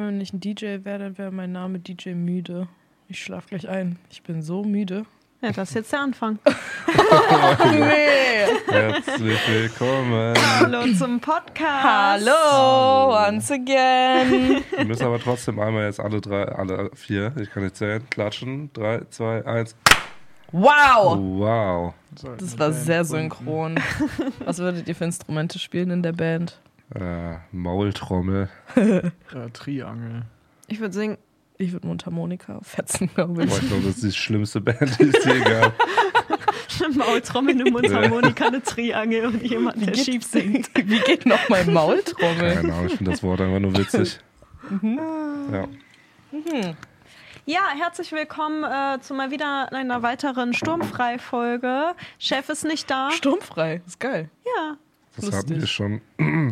wenn ich ein DJ wäre, dann wäre mein Name DJ Müde. Ich schlaf gleich ein. Ich bin so müde. Ja, das ist jetzt der Anfang. Nee. Herzlich willkommen. Hallo zum Podcast. Hallo, once again. Wir müssen aber trotzdem einmal jetzt alle vier, ich kann nicht zählen, klatschen. 3, 2, 1. Wow. Wow. Das war sehr synchron. Was würdet ihr für Instrumente spielen in der Band? Maultrommel. Triangel. Ich würde singen. Ich würde Mundharmonika fetzen, glaube ich. Boah, ich glaube, das ist die schlimmste Band, die es je gab. Eine Maultrommel, eine Mundharmonika, eine Triangel und jemand, der schief singt. Wie geht nochmal Maultrommel? Keine Ahnung, ich finde das Wort einfach nur witzig. Ja. Ja, herzlich willkommen zu mal wieder einer weiteren Sturmfrei-Folge. Chef ist nicht da. Sturmfrei, ist geil. Ja. Das Lustig. hatten wir schon.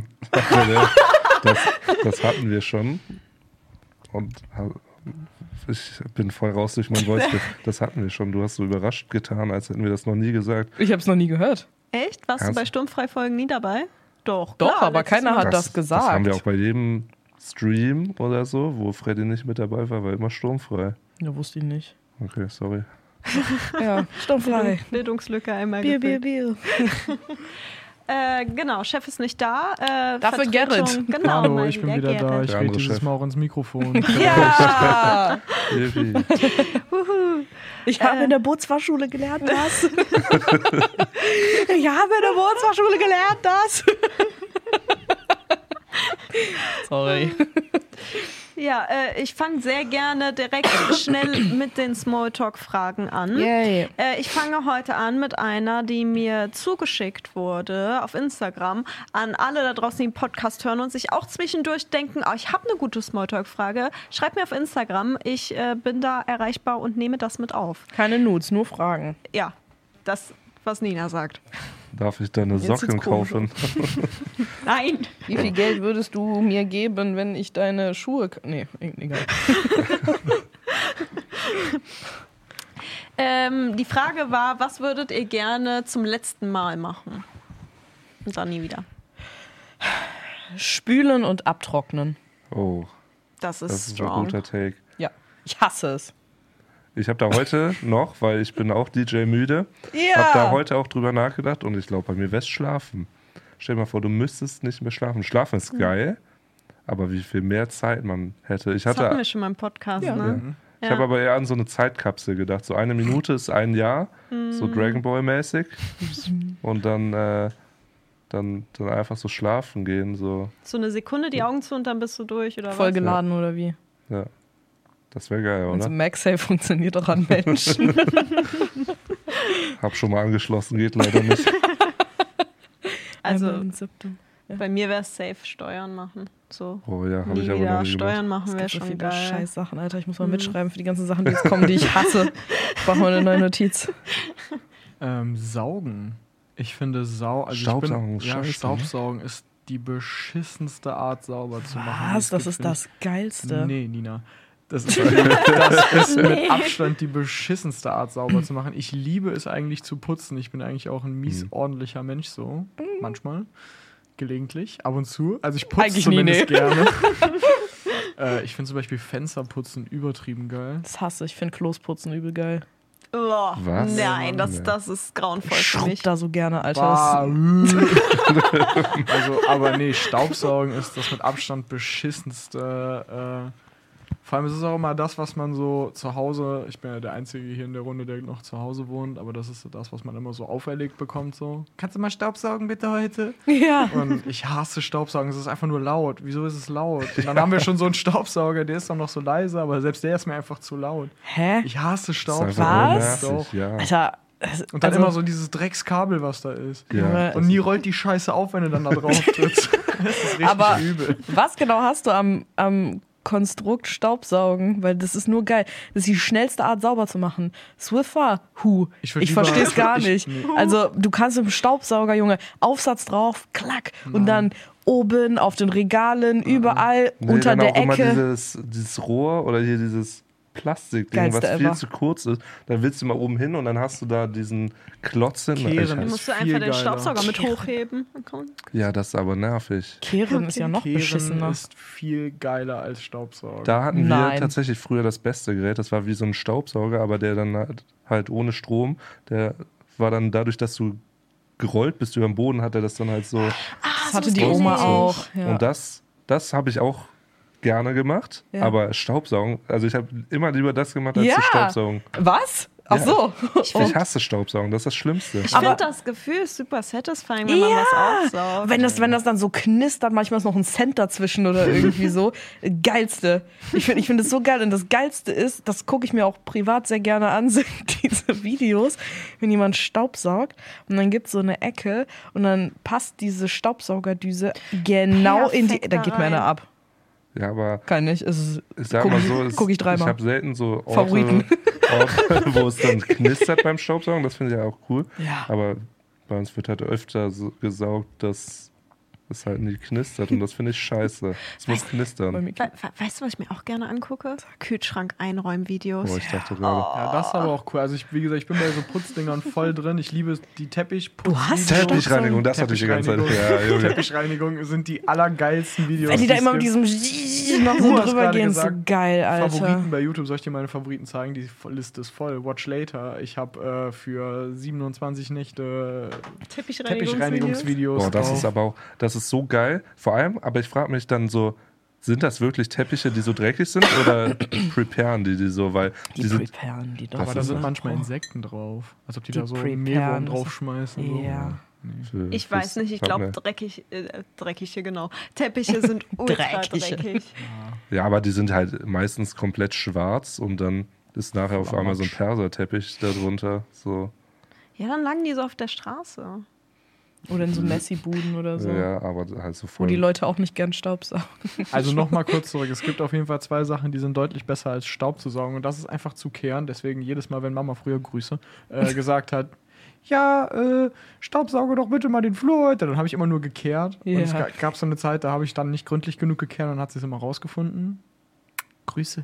Das hatten wir schon. Und ich bin voll raus durch mein Voice. Das hatten wir schon. Du hast so überrascht getan, als hätten wir das noch nie gesagt. Ich habe es noch nie gehört. Echt? Warst du bei Sturmfrei-Folgen nie dabei? Doch, Doch, klar, aber letztes keiner Mal. hat das gesagt. Das haben wir auch bei jedem Stream oder so, wo Freddy nicht mit dabei war immer sturmfrei. Ja, wusste ich nicht. Okay, sorry. Ja, sturmfrei. Bildungslücke einmal Bier, gefüllt. Bier, Bier. Genau, Chef ist nicht da. Dafür Vertretung- Gerrit. Genau, Hallo, mal ich bin wieder da. Gerrit. Ich Der rede andere dieses Chef. Mal auch ins Mikrofon. Ja! Baby. Ich habe in der Bootsfahrschule gelernt, das. Ich habe in der Bootsfahrschule gelernt, das. Sorry. Ja, ich fange sehr gerne direkt schnell mit den Smalltalk-Fragen an. Yay. Ich fange heute an mit einer, die mir zugeschickt wurde auf Instagram. An alle da draußen, die den Podcast hören und sich auch zwischendurch denken, oh, ich habe eine gute Smalltalk-Frage. Schreibt mir auf Instagram, ich bin da erreichbar und nehme das mit auf. Keine Nudes, nur Fragen. Ja, das, was Nina sagt. Darf ich deine Jetzt Socken sieht's komisch kaufen? Nein. Wie viel Geld würdest du mir geben, wenn ich deine Schuhe... Nee, egal. Die Frage war, was würdet ihr gerne zum letzten Mal machen? Und dann nie wieder. Spülen und abtrocknen. Oh, Das ist das ist ein strong. guter Take. Ja, ich hasse es. Ich habe da heute noch, weil ich bin auch DJ müde, habe da heute auch drüber nachgedacht und ich glaube, bei mir wäre es Schlafen. Stell dir mal vor, du müsstest nicht mehr schlafen. Schlafen ist geil, aber wie viel mehr Zeit man hätte. Das hatten wir schon mal im Podcast, Ja. ne? Ich habe aber eher an so eine Zeitkapsel gedacht. So 1 Minute ist 1 Jahr, so Dragon Ball mäßig. Und dann einfach so schlafen gehen. So So eine Sekunde die Augen zu und dann bist du durch, oder Voll was? geladen oder wie? Ja, das wäre geil, Und so oder? MagSafe funktioniert doch an Menschen. Hab schon mal angeschlossen, geht leider nicht. Also Einmal in September. bei mir wäre es safe Steuern machen. So. Oh ja, habe Nie ich aber wieder noch nie Steuern gemacht. machen Es wäre gibt so schon viele geil. Scheißsachen, Alter. Ich muss mal mitschreiben für die ganzen Sachen, die jetzt kommen, die ich hasse. Ich brauche mal eine neue Notiz. Saugen. Ich finde Staubsaugen ist scheiße, ne? Staubsaugen ist die beschissenste Art, sauber zu machen. Was? Es Das gibt, ist finde das Geilste. Nee, Nina. Das ist mit Abstand die beschissenste Art, sauber zu machen. Ich liebe es eigentlich zu putzen. Ich bin eigentlich auch ein mies ordentlicher Mensch so. Manchmal. Gelegentlich. Ab und zu. Also ich putze Eigentlich nie, zumindest nee. gerne. Ich finde zum Beispiel Fensterputzen übertrieben geil. Das hasse ich. Ich finde Klosputzen übel geil. Oh, Was? nein, Nee. das ist grauenvoll Ich für schrubb mich. da so gerne, Alter. Bah. Das- Also, aber nee, Staubsaugen ist das mit Abstand beschissenste. Vor allem ist es auch immer das, was man so zu Hause, ich bin ja der Einzige hier in der Runde, der noch zu Hause wohnt, aber das ist so das, was man immer so auferlegt bekommt. So, kannst du mal Staubsaugen bitte heute? Ja. Und ich hasse Staubsaugen, es ist einfach nur laut. Wieso ist es laut? Und dann haben wir schon so einen Staubsauger, der ist dann noch so leise, aber selbst der ist mir einfach zu laut. Hä? Ich hasse Das ist Staubsaugen. einfach Was? nur nervig, ja. Alter. Und dann also- immer so dieses Dreckskabel, was da ist. Ja. Und nie rollt die Scheiße auf, wenn du dann da drauf trittst. Das ist richtig Aber übel. was genau hast du am Konstrukt Staubsaugen? Weil das ist nur geil. Das ist die schnellste Art, sauber zu machen. Swiffer, Ich würd Ich lieber- verstehe es gar ich- nicht. nee. Also du kannst mit dem Staubsauger, Junge, Aufsatz drauf, klack. Und dann oben auf den Regalen, überall Nee, unter dann der auch immer Ecke. dieses Rohr oder hier dieses Plastikding, was viel zu kurz ist. Dann willst du mal oben hin und dann hast du da diesen Klotz hin. Dann musst du einfach den Staubsauger mit hochheben. Ja, das ist aber nervig. Kehren ist ja noch beschissener. Kehren ist viel geiler als Staubsauger. Da hatten wir tatsächlich früher das beste Gerät. Das war wie so ein Staubsauger, aber der dann halt ohne Strom. Der war dann dadurch, dass du gerollt bist über den Boden, hat er das dann halt so. Das hatte die Oma auch. Ja. Und das habe ich auch gerne gemacht, aber Staubsaugen, also ich habe immer lieber das gemacht, als zu Staubsaugen. Was? Ach so. Ich hasse Staubsaugen, das ist das Schlimmste. Ich finde das Gefühl super satisfying, wenn man was aufsaugt. Wenn das dann so knistert, manchmal ist noch ein Cent dazwischen oder irgendwie so. Geilste. Ich finde es so geil. Und das Geilste ist, das gucke ich mir auch privat sehr gerne an, sind diese Videos, wenn jemand Staubsaugt und dann gibt es so eine Ecke und dann passt diese Staubsaugerdüse genau in die... Da geht mir einer ab. Ja, aber kann nicht. Ich sag mal so, guck ich dreimal. Ich habe selten so Orte, wo es dann knistert beim Staubsaugen. Das finde ich ja auch cool. Ja. Aber bei uns wird halt öfter so gesaugt, dass es halt nie knistert. Und das finde ich scheiße. Es muss knistern. Weißt du, was ich mir auch gerne angucke? Kühlschrank-Einräumen-Videos. Ich dachte gerade. Ja, das ist aber auch cool. Also wie gesagt, ich bin bei so Putzdingern voll drin. Ich liebe die Teppichputz. Du hast Teppichreinigung, das hatte ich die ganze Zeit. Ja, Teppichreinigung sind die allergeilsten Videos. Wenn die da immer mit diesem noch so drüber gehen, so geil, Alter. Favoriten bei YouTube, soll ich dir meine Favoriten zeigen? Die Liste ist voll. Watch Later. Ich habe für 27 Nächte Teppichreinigungsvideos. Boah, das ist aber auch, das ist so geil. Vor allem, aber ich frage mich dann so, sind das wirklich Teppiche, die so dreckig sind oder preparen die so? Weil die preparen die doch. Aber da sind manchmal Insekten drauf. Als ob die da so Mehlwurm draufschmeißen. Ja. So. Ich weiß nicht, ich glaube dreckige, genau. Teppiche sind ultra dreckig. Ja, aber die sind halt meistens komplett schwarz und dann ist nachher auf einmal so ein Perserteppich da drunter. So. Ja, dann lagen die so auf der Straße. Oder in so Messi-Buden oder so. Ja, aber halt so voll. Wo die Leute auch nicht gern Staubsaugen. Also nochmal kurz zurück. Es gibt auf jeden Fall 2 Sachen, die sind deutlich besser als Staub zu saugen. Und das ist einfach zu kehren. Deswegen jedes Mal, wenn Mama früher Grüße gesagt hat, ja, staubsauge doch bitte mal den Flur heute. Dann habe ich immer nur gekehrt. Yeah. Und es gab so eine Zeit, da habe ich dann nicht gründlich genug gekehrt und dann hat sie es immer rausgefunden. Grüße.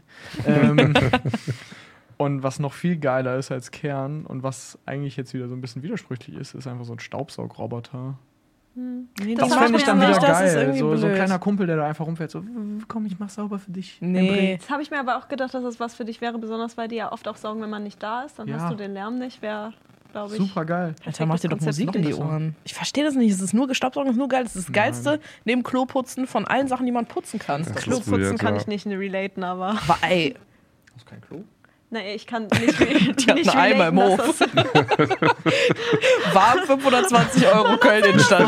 Und was noch viel geiler ist als Kehren und was eigentlich jetzt wieder so ein bisschen widersprüchlich ist einfach so ein Staubsaugroboter. Nee, das fände ich dann wieder geil. So ein kleiner Kumpel, der da einfach rumfährt, so, komm, ich mach sauber für dich. Nee. Das habe ich mir aber auch gedacht, dass das was für dich wäre, besonders weil die ja oft auch saugen, wenn man nicht da ist. Dann hast du den Lärm nicht, wäre, glaube ich. Super geil. Alter, mach dir doch Musik in die Ohren. Ich verstehe das nicht. Staubsaugen ist nur geil. Das ist das Geilste neben Kloputzen von allen Sachen, die man putzen kann. Kloputzen kann ich nicht relaten, aber. Aber ey. Hast du kein Klo? Nee, ich kann nicht die hat einen Eimer im Hof. Warm 520 € Köln Innenstadt.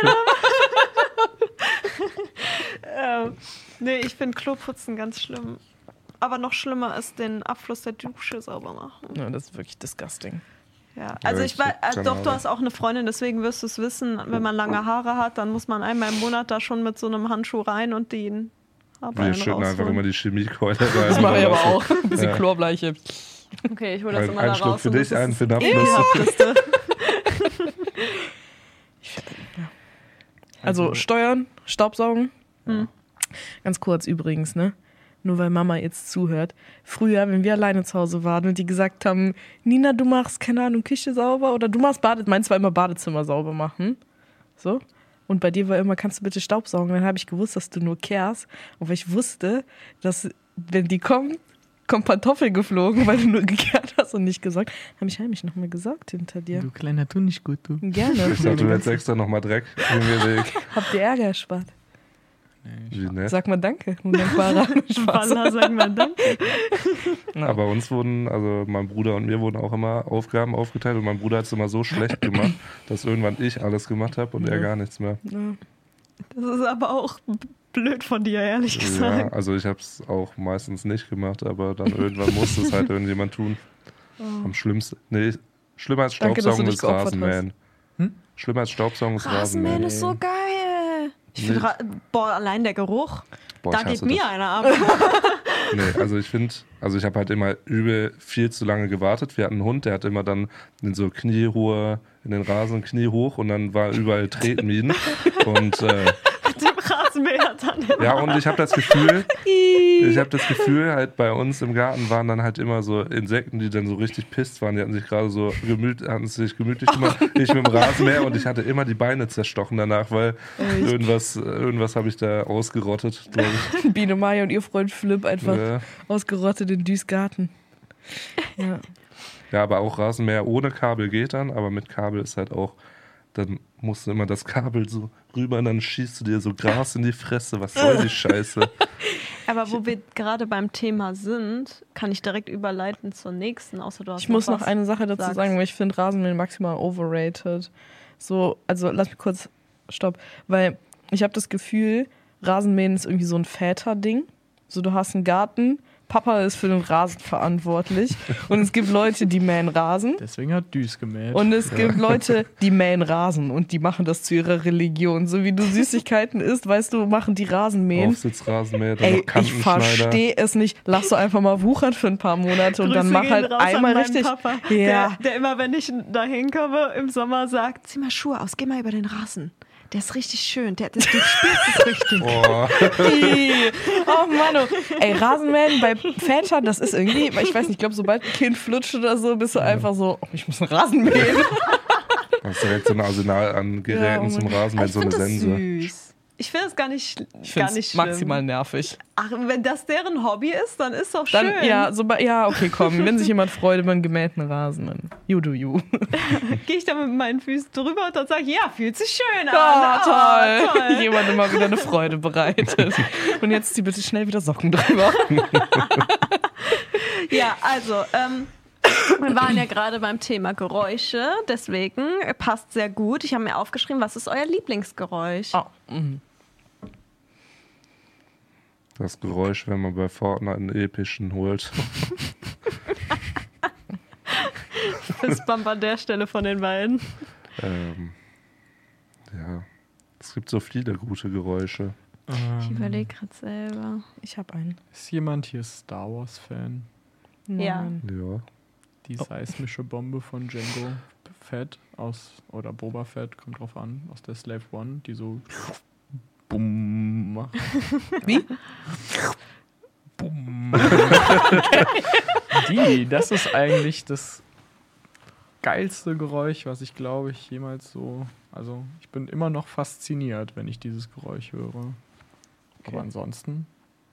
Nee, ich finde Kloputzen ganz schlimm. Aber noch schlimmer ist den Abfluss der Dusche sauber machen. Ja, das ist wirklich disgusting. Ja, also ich weiß, doch, du hast auch eine Freundin, deswegen wirst du es wissen, wenn man lange Haare hat, dann muss man einmal im Monat da schon mit so einem Handschuh rein und den wir schütten einfach immer die Chemiekeule rein. Das mache ich aber auch. Ein bisschen Chlorbleiche. Okay, ich hole das immer da raus. Ein Stück für dich, einen für den Also Steuern, Staubsaugen. Ganz kurz übrigens, ne? Nur weil Mama jetzt zuhört. Früher, wenn wir alleine zu Hause waren und die gesagt haben, Nina, du machst, keine Ahnung, Küche sauber oder du machst meins war immer Badezimmer sauber machen. So. Und bei dir war immer, kannst du bitte Staubsaugen? Dann habe ich gewusst, dass du nur kehrst. Und weil ich wusste, dass, wenn die kommt Pantoffel geflogen, weil du nur gekehrt hast und nicht gesagt. Habe ich heimlich nochmal gesagt hinter dir. Du kleiner, tu nicht gut, du. Gerne. Ich dachte, du hättest extra nochmal Dreck hingelegt. Habt ihr Ärger erspart? Wie nett. Sag mal Danke. Sag mal Danke. Aber uns wurden, also mein Bruder und mir wurden auch immer Aufgaben aufgeteilt und mein Bruder hat es immer so schlecht gemacht, dass irgendwann ich alles gemacht habe und er gar nichts mehr. Ja. Das ist aber auch blöd von dir, ehrlich gesagt. Ja, also ich habe es auch meistens nicht gemacht, aber dann irgendwann musste es halt irgendjemand tun. Am schlimmsten, schlimmer als Staubsaugen ist Rasenmähen. Schlimmer als Staubsaugen ist Rasenmähen. Rasenmähen ist so geil. Ich finde, allein der Geruch, da geht mir einer ab. Nee, also ich habe halt immer übel viel zu lange gewartet. Wir hatten einen Hund, der hat immer dann in so in den Rasen Knie hoch und dann war überall Tretminen. Und dem Rasen Rasenmäher dann. Ja, und ich habe das Gefühl, halt bei uns im Garten waren dann halt immer so Insekten, die dann so richtig pisst waren. Die hatten sich gerade so gemütlich gemacht. Ich mit dem Rasenmäher und ich hatte immer die Beine zerstochen danach, weil irgendwas habe ich da ausgerottet, glaube ich. Biene Maya und ihr Freund Philipp einfach ausgerottet in Dues Garten. Ja. Ja, aber auch Rasenmäher ohne Kabel geht dann, aber mit Kabel ist halt auch, dann musst du immer das Kabel so rüber und dann schießt du dir so Gras in die Fresse. Was soll die Scheiße? Aber wo wir gerade beim Thema sind, kann ich direkt überleiten zur nächsten, außer du hast Ich muss noch eine Sache dazu sagen, weil ich finde Rasenmähen maximal overrated. So, also lass mich kurz, stopp, weil ich habe das Gefühl, Rasenmähen ist irgendwie so ein Väterding. So, du hast einen Garten, Papa ist für den Rasen verantwortlich und es gibt Leute, die mähen Rasen. Deswegen hat Düs gemäht. Und es gibt Leute, die mähen Rasen und die machen das zu ihrer Religion. So wie du Süßigkeiten isst, weißt du, machen die Rasenmähen. Aufsitzrasenmäher, Ey, ich verstehe es nicht. Lass doch einfach mal wuchern für ein paar Monate und Grüße dann mach halt einmal richtig. Papa, ja. der immer, wenn ich da hinkomme im Sommer, sagt, zieh mal Schuhe aus, geh mal über den Rasen. Der ist richtig schön. Du spürst es richtig. Oh. Oh Mann. Ey, Rasenmähen bei Vätern, das ist irgendwie, ich weiß nicht, ich glaube, sobald ein Kind flutscht oder so, bist du einfach so, ich muss einen Rasen mähen. Du hast direkt so ein Arsenal an Geräten zum Rasenmähen, so eine Sense. Süß. Ich finde das gar nicht schlimm. Maximal nervig. Ach, wenn das deren Hobby ist, dann ist doch schön. Dann, ja, okay, komm. Wenn sich jemand freut über einen gemähten Rasen, dann you do you. Gehe ich da mit meinen Füßen drüber und dann sage ich, ja, fühlt sich schön an. Oh, toll. Jemand immer wieder eine Freude bereitet. Und jetzt zieh bitte schnell wieder Socken drüber. Ja, also, wir waren ja gerade beim Thema Geräusche, deswegen passt sehr gut. Ich habe mir aufgeschrieben, was ist euer Lieblingsgeräusch? Oh, Das Geräusch, wenn man bei Fortnite einen epischen holt. Fistbump an der Stelle von den beiden. Ja, es gibt so viele gute Geräusche. Ich überlege gerade selber. Ich habe einen. Ist jemand hier Star Wars-Fan? Ja. Ja. Die seismische Bombe von Jango Fett oder Boba Fett, kommt drauf an, aus der Slave One, die so bumm macht. Wie? Bumm. Das ist eigentlich das geilste Geräusch, was ich glaube ich jemals so, also ich bin immer noch fasziniert, wenn ich dieses Geräusch höre. Okay. Aber ansonsten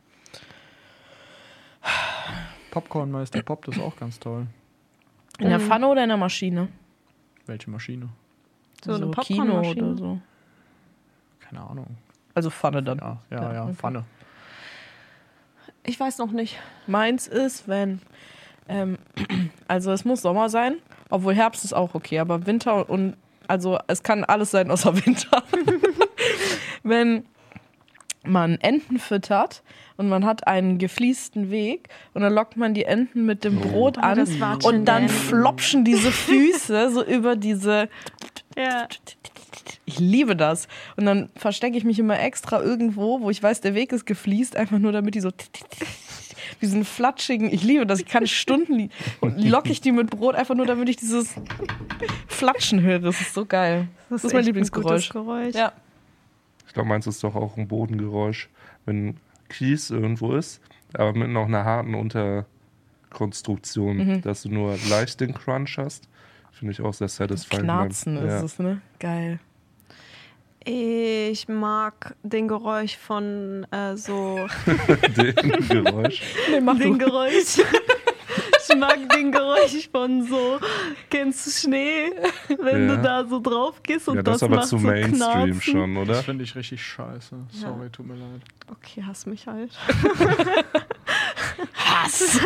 Popcornmeister Pop, das ist auch ganz toll. In der Pfanne oder in der Maschine? Welche Maschine? So eine Kino Popcornmaschine oder so. Keine Ahnung. Also Pfanne dann. Ja, okay. Pfanne. Ich weiß noch nicht. Meins ist, wenn, also es muss Sommer sein, obwohl Herbst ist auch okay, aber Winter und, also es kann alles sein außer Winter. Wenn man Enten füttert und man hat einen gefliesten Weg und dann lockt man die Enten mit dem Brot an und dann flopschen diese Füße so über diese... Ja. Ich liebe das. Und dann verstecke ich mich immer extra irgendwo, wo ich weiß, der Weg ist gefliest, einfach nur damit die so diesen flatschigen, ich liebe das, ich kann Stunden locke ich die mit Brot, einfach nur damit ich dieses Flatschen höre. Das ist so geil. Das ist mein Lieblingsgeräusch. Ja. Ich glaube, meins ist doch auch ein Bodengeräusch, wenn Kies irgendwo ist, aber mit noch einer harten Unterkonstruktion, dass du nur leicht den Crunch hast. Finde ich auch sehr satisfying. Knarzen ist es, ne? Geil. Ich mag den Geräusch von so... Den Geräusch? Den Geräusch. Ich mag den Geräusch von so, kennst du Schnee, wenn du da so drauf gehst und das das aber macht zu so Mainstream Knarzen. schon, oder? Das finde ich richtig scheiße. Sorry, tut mir leid. Okay, hass mich halt. Hass!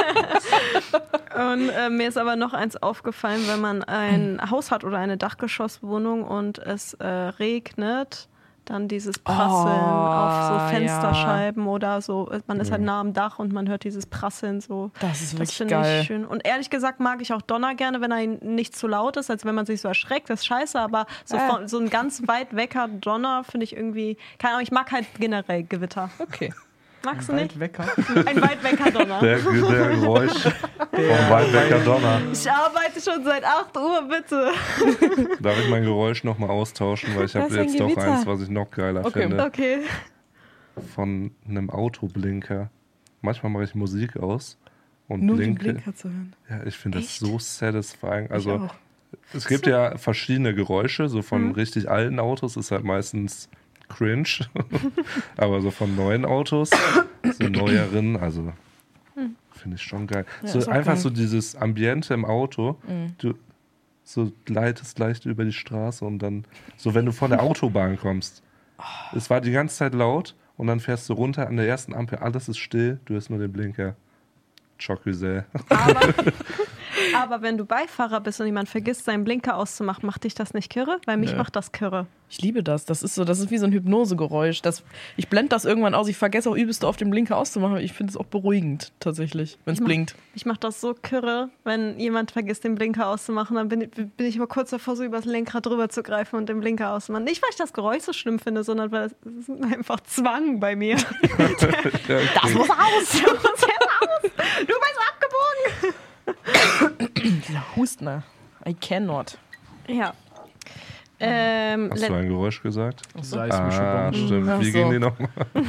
Und mir ist aber noch eins aufgefallen, wenn man ein Haus hat oder eine Dachgeschosswohnung und es regnet, dann dieses Prasseln auf so Fensterscheiben oder so. Man ist halt nah am Dach und man hört dieses Prasseln so. Das ist wirklich finde geil. ich schön. Und ehrlich gesagt mag ich auch Donner gerne, wenn er nicht zu laut ist, als wenn man sich so erschreckt. Das ist scheiße, aber so ein ganz weit wecker Donner finde ich irgendwie, keine Ahnung, ich mag halt generell Gewitter. Okay. Magst du nicht? Wecker. Ein weit wecker Donner. Der Geräusch. Vom Weinbecker Donner. Ich arbeite schon seit 8 Uhr, bitte. Darf ich mein Geräusch nochmal austauschen, weil ich habe jetzt doch eins, was ich noch geiler finde. Okay. Von einem Autoblinker. Manchmal mache ich Musik aus und Nur blinke. den Blinker zu hören. Ja, ich finde das so satisfying. Ich Also auch. es gibt ja verschiedene Geräusche, so von richtig alten Autos ist halt meistens cringe, aber so von neuen Autos, so neueren, also finde ich schon geil. Ja, So ist auch einfach geil. so dieses Ambiente im Auto, du so gleitest leicht über die Straße und dann, so wenn du von der Autobahn kommst, es war die ganze Zeit laut und dann fährst du runter an der ersten Ampel, alles ist still, du hast nur den Blinker. Chocusel. Aber wenn du Beifahrer bist und jemand vergisst, seinen Blinker auszumachen, macht dich das nicht kirre? Weil mich macht das kirre. Ich liebe das. Das ist wie so ein Hypnosegeräusch. Ich blende das irgendwann aus. Ich vergesse auch übelst auf den Blinker auszumachen. Ich finde es auch beruhigend, tatsächlich, wenn es blinkt. Ich mache das so kirre, wenn jemand vergisst, den Blinker auszumachen, dann bin ich immer kurz davor, so übers Lenkrad drüber zu greifen und den Blinker auszumachen. Nicht, weil ich das Geräusch so schlimm finde, sondern weil es ist einfach Zwang bei mir. Das muss aus! Das muss jetzt aus! Du bist abgebogen! Dieser Hustner. I cannot. Ja. Hast du ein Geräusch gesagt? Seismische Bomben. Stimmt. Ach Wie so. ging die nochmal?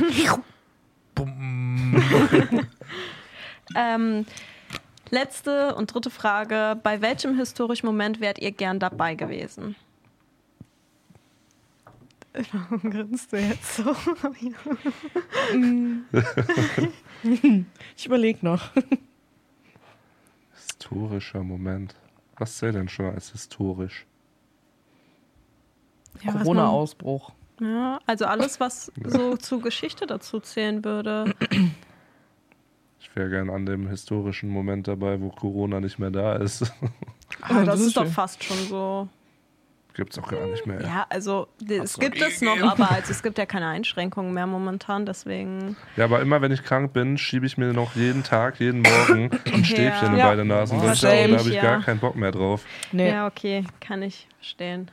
Letzte und dritte Frage. Bei welchem historischen Moment wärt ihr gern dabei gewesen? Warum grinst du jetzt so? Ich überlege noch. Historischer Moment. Was zählt denn schon als historisch? Ja, Corona-Ausbruch. Ja, also alles, was so zu Geschichte dazu zählen würde. Ich wäre gern an dem historischen Moment dabei, wo Corona nicht mehr da ist. Aber das ist doch schön. fast schon so. Gibt's auch gar nicht mehr. Ja, also es gibt es noch, aber also, es gibt ja keine Einschränkungen mehr momentan, deswegen. Ja, aber immer wenn ich krank bin, schiebe ich mir noch jeden Tag, jeden Morgen ein Stäbchen in Ja. beide Nasen. Oh, Da shame. habe ich Ja. gar keinen Bock mehr drauf. Nee. Ja, okay, kann ich verstehen.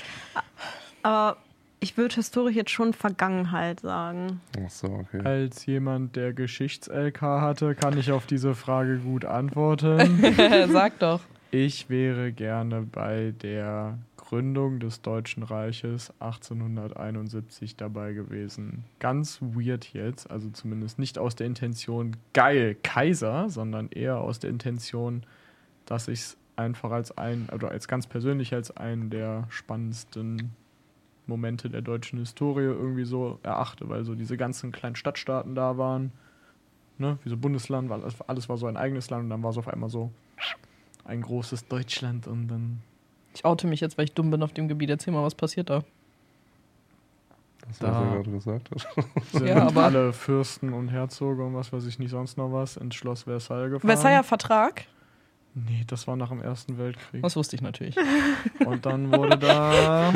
Aber ich würde historisch jetzt schon Vergangenheit sagen. Ach so, okay. Als jemand, der Geschichts-LK hatte, kann ich auf diese Frage gut antworten. Sag doch. Ich wäre gerne bei der Gründung des Deutschen Reiches 1871 dabei gewesen. Ganz weird jetzt, also zumindest nicht aus der Intention geil Kaiser, sondern eher aus der Intention, dass ich es einfach als ganz persönlich als einen der spannendsten Momente der deutschen Historie irgendwie so erachte, weil so diese ganzen kleinen Stadtstaaten da waren, ne, wie so Bundesland, weil alles war so ein eigenes Land und dann war es auf einmal so ein großes Deutschland und dann Ich oute mich jetzt, weil ich dumm bin auf dem Gebiet. Erzähl mal, was passiert da? Das, was Da. er gerade gesagt hat. sind Ja, aber- alle Fürsten und Herzoge und was weiß ich nicht sonst noch was ins Schloss Versailles gefahren. Versailler Vertrag? Nee, das war nach dem Ersten Weltkrieg. Das wusste ich natürlich. Und dann wurde da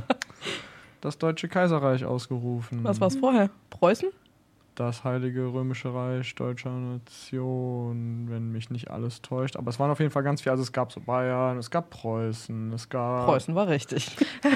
das Deutsche Kaiserreich ausgerufen. Was war es vorher? Preußen? Das Heilige Römische Reich deutscher Nation, wenn mich nicht alles täuscht. Aber es waren auf jeden Fall ganz viele. Also es gab so Bayern, es gab Preußen, es gab... Preußen war richtig.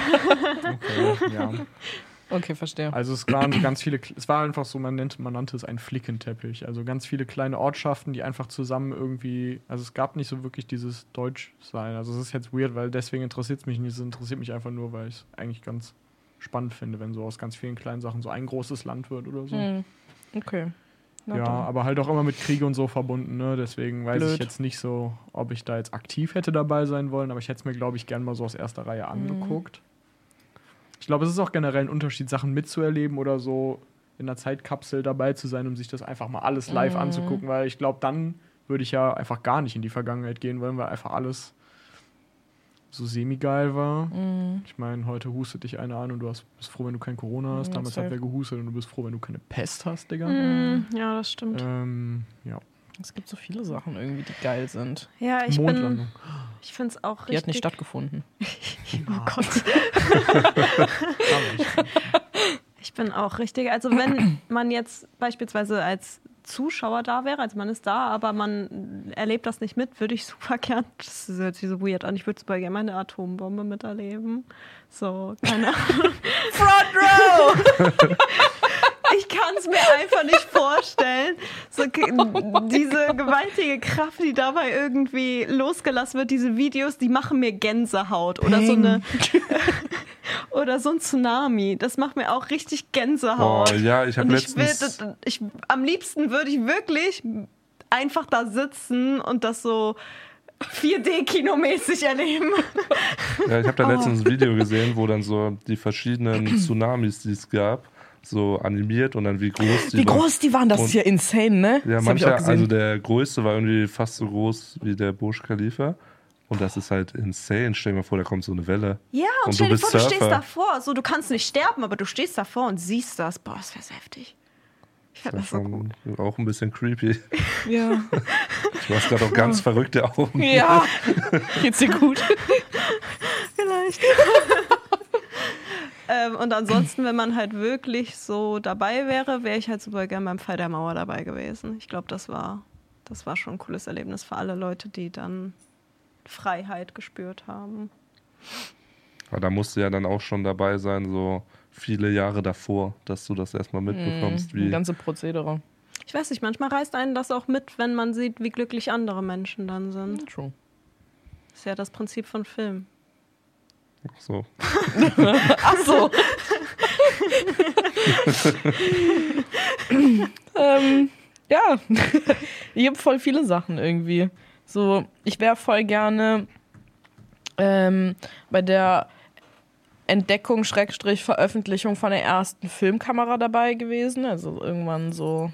Okay, ja. Okay, verstehe. Also es waren ganz viele, es war einfach so, man nannte es einen Flickenteppich. Also ganz viele kleine Ortschaften, die einfach zusammen irgendwie, also es gab nicht so wirklich dieses Deutschsein. Also es ist jetzt weird, weil deswegen interessiert es mich nicht. Es interessiert mich einfach nur, weil ich es eigentlich ganz spannend finde, wenn so aus ganz vielen kleinen Sachen so ein großes Land wird oder so. Hm. Okay. Na Ja, dann. aber halt auch immer mit Kriege und so verbunden, ne? Deswegen weiß ich Blöd. jetzt nicht so, ob ich da jetzt aktiv hätte dabei sein wollen, aber ich hätte es mir, glaube ich, gern mal so aus erster Reihe angeguckt. Ich glaube, es ist auch generell ein Unterschied, Sachen mitzuerleben oder so in einer Zeitkapsel dabei zu sein, um sich das einfach mal alles live anzugucken, weil ich glaube, dann würde ich ja einfach gar nicht in die Vergangenheit gehen wollen, weil einfach alles so semi-geil war. Ich meine, heute hustet dich einer an und du bist froh, wenn du kein Corona hast. Damals hat safe. wer gehustet und du bist froh, wenn du keine Pest hast, Digga. Ja, das stimmt. Ja. Es gibt so viele Sachen irgendwie, die geil sind. Ja, ich Mondlandung. finde es auch richtig. Die hat nicht stattgefunden. Oh Gott. Ich bin auch richtig. Also wenn man jetzt beispielsweise als Zuschauer da wäre, also man ist da, aber man erlebt das nicht mit, würde ich super gern, das hört sich so weird an, ich würde super gerne mal eine Atombombe miterleben. So, keine Ahnung. Front Row! Ich kann es mir einfach nicht vorstellen. So, diese gewaltige Kraft, die dabei irgendwie losgelassen wird, diese Videos, die machen mir Gänsehaut. Oder oder so ein Tsunami. Das macht mir auch richtig Gänsehaut. Oh, ja, ich habe letztens... am liebsten würde ich wirklich einfach da sitzen und das so 4D-Kinomäßig erleben. Ja, ich habe da letztens ein Video gesehen, wo dann so die verschiedenen Tsunamis, die es gab, so animiert und dann wie groß die waren. Wie groß die waren, das ist ja insane, ne? Ja, das mancher, also der größte war irgendwie fast so groß wie der Burj Khalifa. Und das ist halt insane. Stell dir mal vor, da kommt so eine Welle. Ja, und stell dir vor, du stehst davor. So, du kannst nicht sterben, aber du stehst davor und siehst das. Boah, das wäre heftig. Ich fand das so gut. Auch ein bisschen creepy. Ja. Du hast gerade auch ganz verrückte Augen. Ja. Geht's dir gut? Vielleicht. Und ansonsten, wenn man halt wirklich so dabei wäre, wäre ich halt super gern beim Fall der Mauer dabei gewesen. Ich glaube, das war schon ein cooles Erlebnis für alle Leute, die dann Freiheit gespürt haben. Aber da musst du ja dann auch schon dabei sein, so viele Jahre davor, dass du das erstmal mitbekommst. Das ganze Prozedere. Ich weiß nicht, manchmal reißt einen das auch mit, wenn man sieht, wie glücklich andere Menschen dann sind. True. Das ist ja das Prinzip von Film. Ach so. Ach so. Ja, ich habe voll viele Sachen irgendwie. So, ich wäre voll gerne bei der Entdeckung / Veröffentlichung von der ersten Filmkamera dabei gewesen. Also irgendwann so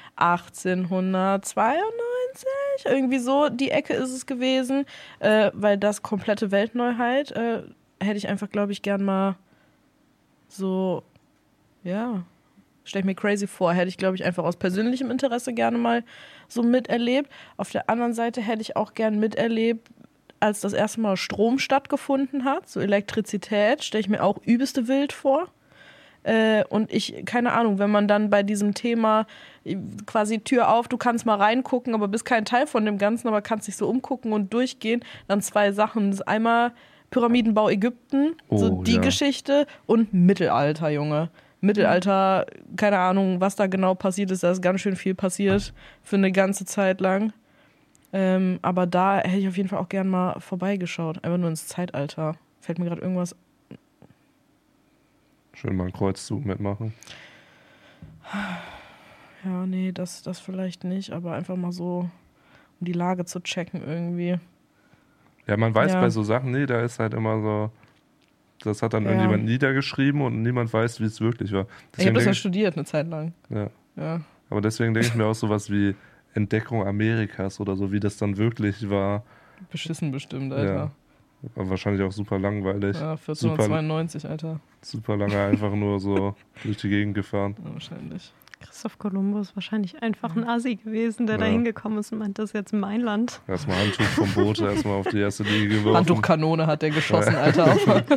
1892, irgendwie so die Ecke ist es gewesen, weil das komplette Weltneuheit hätte ich einfach, glaube ich, gern mal so, ja, stelle ich mir crazy vor, hätte ich, glaube ich, einfach aus persönlichem Interesse gerne mal so miterlebt. Auf der anderen Seite hätte ich auch gern miterlebt, als das erste Mal Strom stattgefunden hat, so Elektrizität, stelle ich mir auch übelste wild vor. Und ich, keine Ahnung, wenn man dann bei diesem Thema quasi Tür auf, du kannst mal reingucken, aber bist kein Teil von dem Ganzen, aber kannst dich so umgucken und durchgehen, dann 2 Sachen. Das ist einmal Pyramidenbau Ägypten, so die Geschichte, und Mittelalter, Junge. Mittelalter, keine Ahnung, was da genau passiert ist, da ist ganz schön viel passiert für eine ganze Zeit lang. Aber da hätte ich auf jeden Fall auch gern mal vorbeigeschaut, einfach nur ins Zeitalter. Fällt mir gerade irgendwas. Schön mal einen Kreuzzug mitmachen. Ja, nee, das vielleicht nicht, aber einfach mal so, um die Lage zu checken irgendwie. Ja, man weiß bei so Sachen, nee, da ist halt immer so, das hat dann irgendjemand niedergeschrieben und niemand weiß, wie es wirklich war. Deswegen ich habe das ja studiert eine Zeit lang. Ja. Aber deswegen denke ich mir auch sowas wie Entdeckung Amerikas oder so, wie das dann wirklich war. Beschissen bestimmt, Alter. Ja. Aber wahrscheinlich auch super langweilig. Ja, 1492, Alter. Super lange einfach nur so durch die Gegend gefahren. Ja, wahrscheinlich. Christoph Kolumbus wahrscheinlich einfach ein Assi gewesen, der da hingekommen ist und meint, das ist jetzt mein Land. Erstmal Handtuch vom Boot, erstmal auf die erste Liege geworfen. Handtuchkanone hat der geschossen, Alter.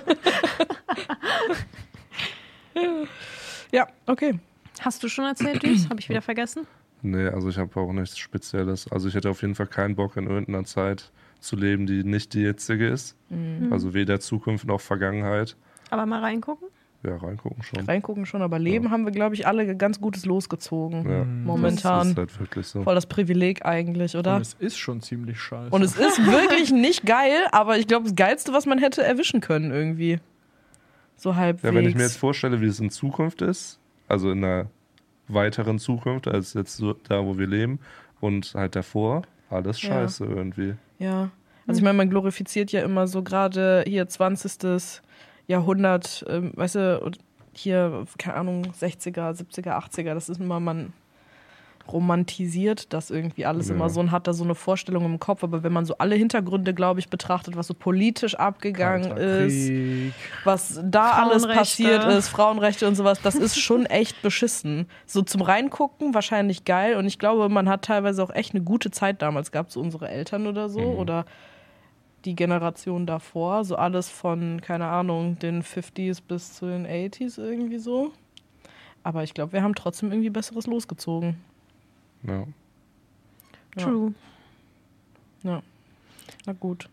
Ja, okay. Hast du schon erzählt, Düs? Habe ich wieder vergessen? Nee, also ich habe auch nichts Spezielles. Also ich hätte auf jeden Fall keinen Bock, in irgendeiner Zeit zu leben, die nicht die jetzige ist. Mhm. Also weder Zukunft noch Vergangenheit. Aber mal reingucken? Ja, reingucken schon. Reingucken schon, aber Leben haben wir, glaube ich, alle ganz Gutes losgezogen. Ja, momentan. Das ist halt wirklich so. Voll das Privileg eigentlich, oder? Und es ist schon ziemlich scheiße. Und es ist wirklich nicht geil, aber ich glaube, das Geilste, was man hätte erwischen können irgendwie. So halbwegs. Ja, wenn ich mir jetzt vorstelle, wie es in Zukunft ist, also in einer weiteren Zukunft als jetzt so da, wo wir leben, und halt davor, alles scheiße irgendwie. Ja, also ich meine, man glorifiziert ja immer so gerade hier 20. Jahrhundert, weißt du, und hier, keine Ahnung, 60er, 70er, 80er, das ist immer, man romantisiert das irgendwie alles immer so und hat da so eine Vorstellung im Kopf, aber wenn man so alle Hintergründe, glaube ich, betrachtet, was so politisch abgegangen ist, was da alles passiert ist, Frauenrechte und sowas, das ist schon echt beschissen. So zum Reingucken wahrscheinlich geil und ich glaube, man hat teilweise auch echt eine gute Zeit damals gehabt, so unsere Eltern oder so oder die Generation davor, so alles von, keine Ahnung, den 50s bis zu den 80s irgendwie so. Aber ich glaube, wir haben trotzdem irgendwie Besseres losgezogen. Ja. True. Ja. Na gut.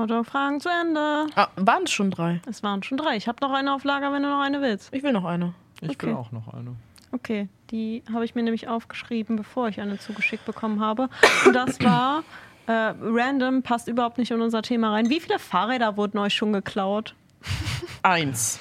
Smalltalk-Fragen zu Ende. Waren es schon 3? Es waren schon 3. Ich habe noch eine auf Lager, wenn du noch eine willst. Ich will noch eine. Ich will auch noch eine. Okay, die habe ich mir nämlich aufgeschrieben, bevor ich eine zugeschickt bekommen habe. Und das war random, passt überhaupt nicht in unser Thema rein. Wie viele Fahrräder wurden euch schon geklaut? 1.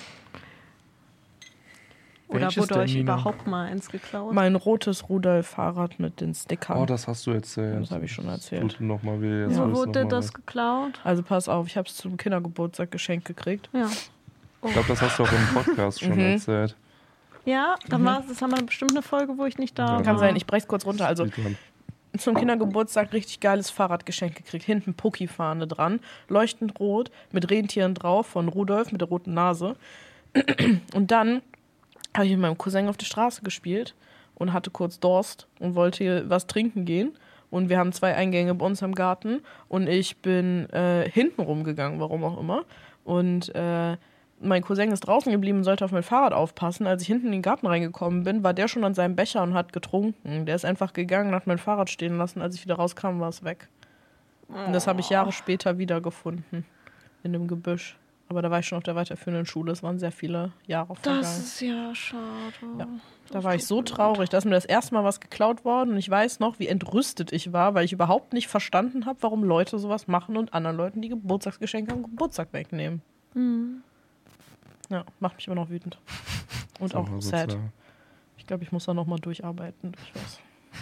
Oder Welches wurde denn, euch Nina? überhaupt mal eins geklaut? Mein rotes Rudolf-Fahrrad mit den Stickern. Oh, das hast du erzählt. Das habe ich schon erzählt. Tut noch mal weh. Jetzt Wo willst du wurde noch mal das geklaut? Also pass auf, ich habe es zum Kindergeburtstag geschenkt gekriegt. Ja. Ich glaube, das hast du auch im Podcast schon erzählt. Ja, dann war das haben wir bestimmt eine Folge, wo ich nicht da war. Kann sein, ich brech's kurz runter. Also Sieht man. zum Kindergeburtstag richtig geiles Fahrradgeschenk gekriegt. Hinten Poki-Fahne dran, leuchtend rot, mit Rentieren drauf von Rudolf mit der roten Nase. Und dann habe ich mit meinem Cousin auf der Straße gespielt und hatte kurz Durst und wollte was trinken gehen. Und wir haben 2 Eingänge bei uns im Garten und ich bin hinten rumgegangen, warum auch immer. Und mein Cousin ist draußen geblieben und sollte auf mein Fahrrad aufpassen. Als ich hinten in den Garten reingekommen bin, war der schon an seinem Becher und hat getrunken. Der ist einfach gegangen, hat mein Fahrrad stehen lassen. Als ich wieder rauskam, war es weg. Und das habe ich Jahre später wiedergefunden. In dem Gebüsch. Aber da war ich schon auf der weiterführenden Schule. Es waren sehr viele Jahre vergangen. Das ist ja schade. Ja. Da war ich so traurig. Da ist mir das erste Mal was geklaut worden. Und ich weiß noch, wie entrüstet ich war, weil ich überhaupt nicht verstanden habe, warum Leute sowas machen und anderen Leuten die Geburtstagsgeschenke am Geburtstag wegnehmen. Mhm. Ja, macht mich immer noch wütend. Und auch Aber sad. sozusagen. Ich glaube, ich muss da nochmal durcharbeiten. Ich weiß.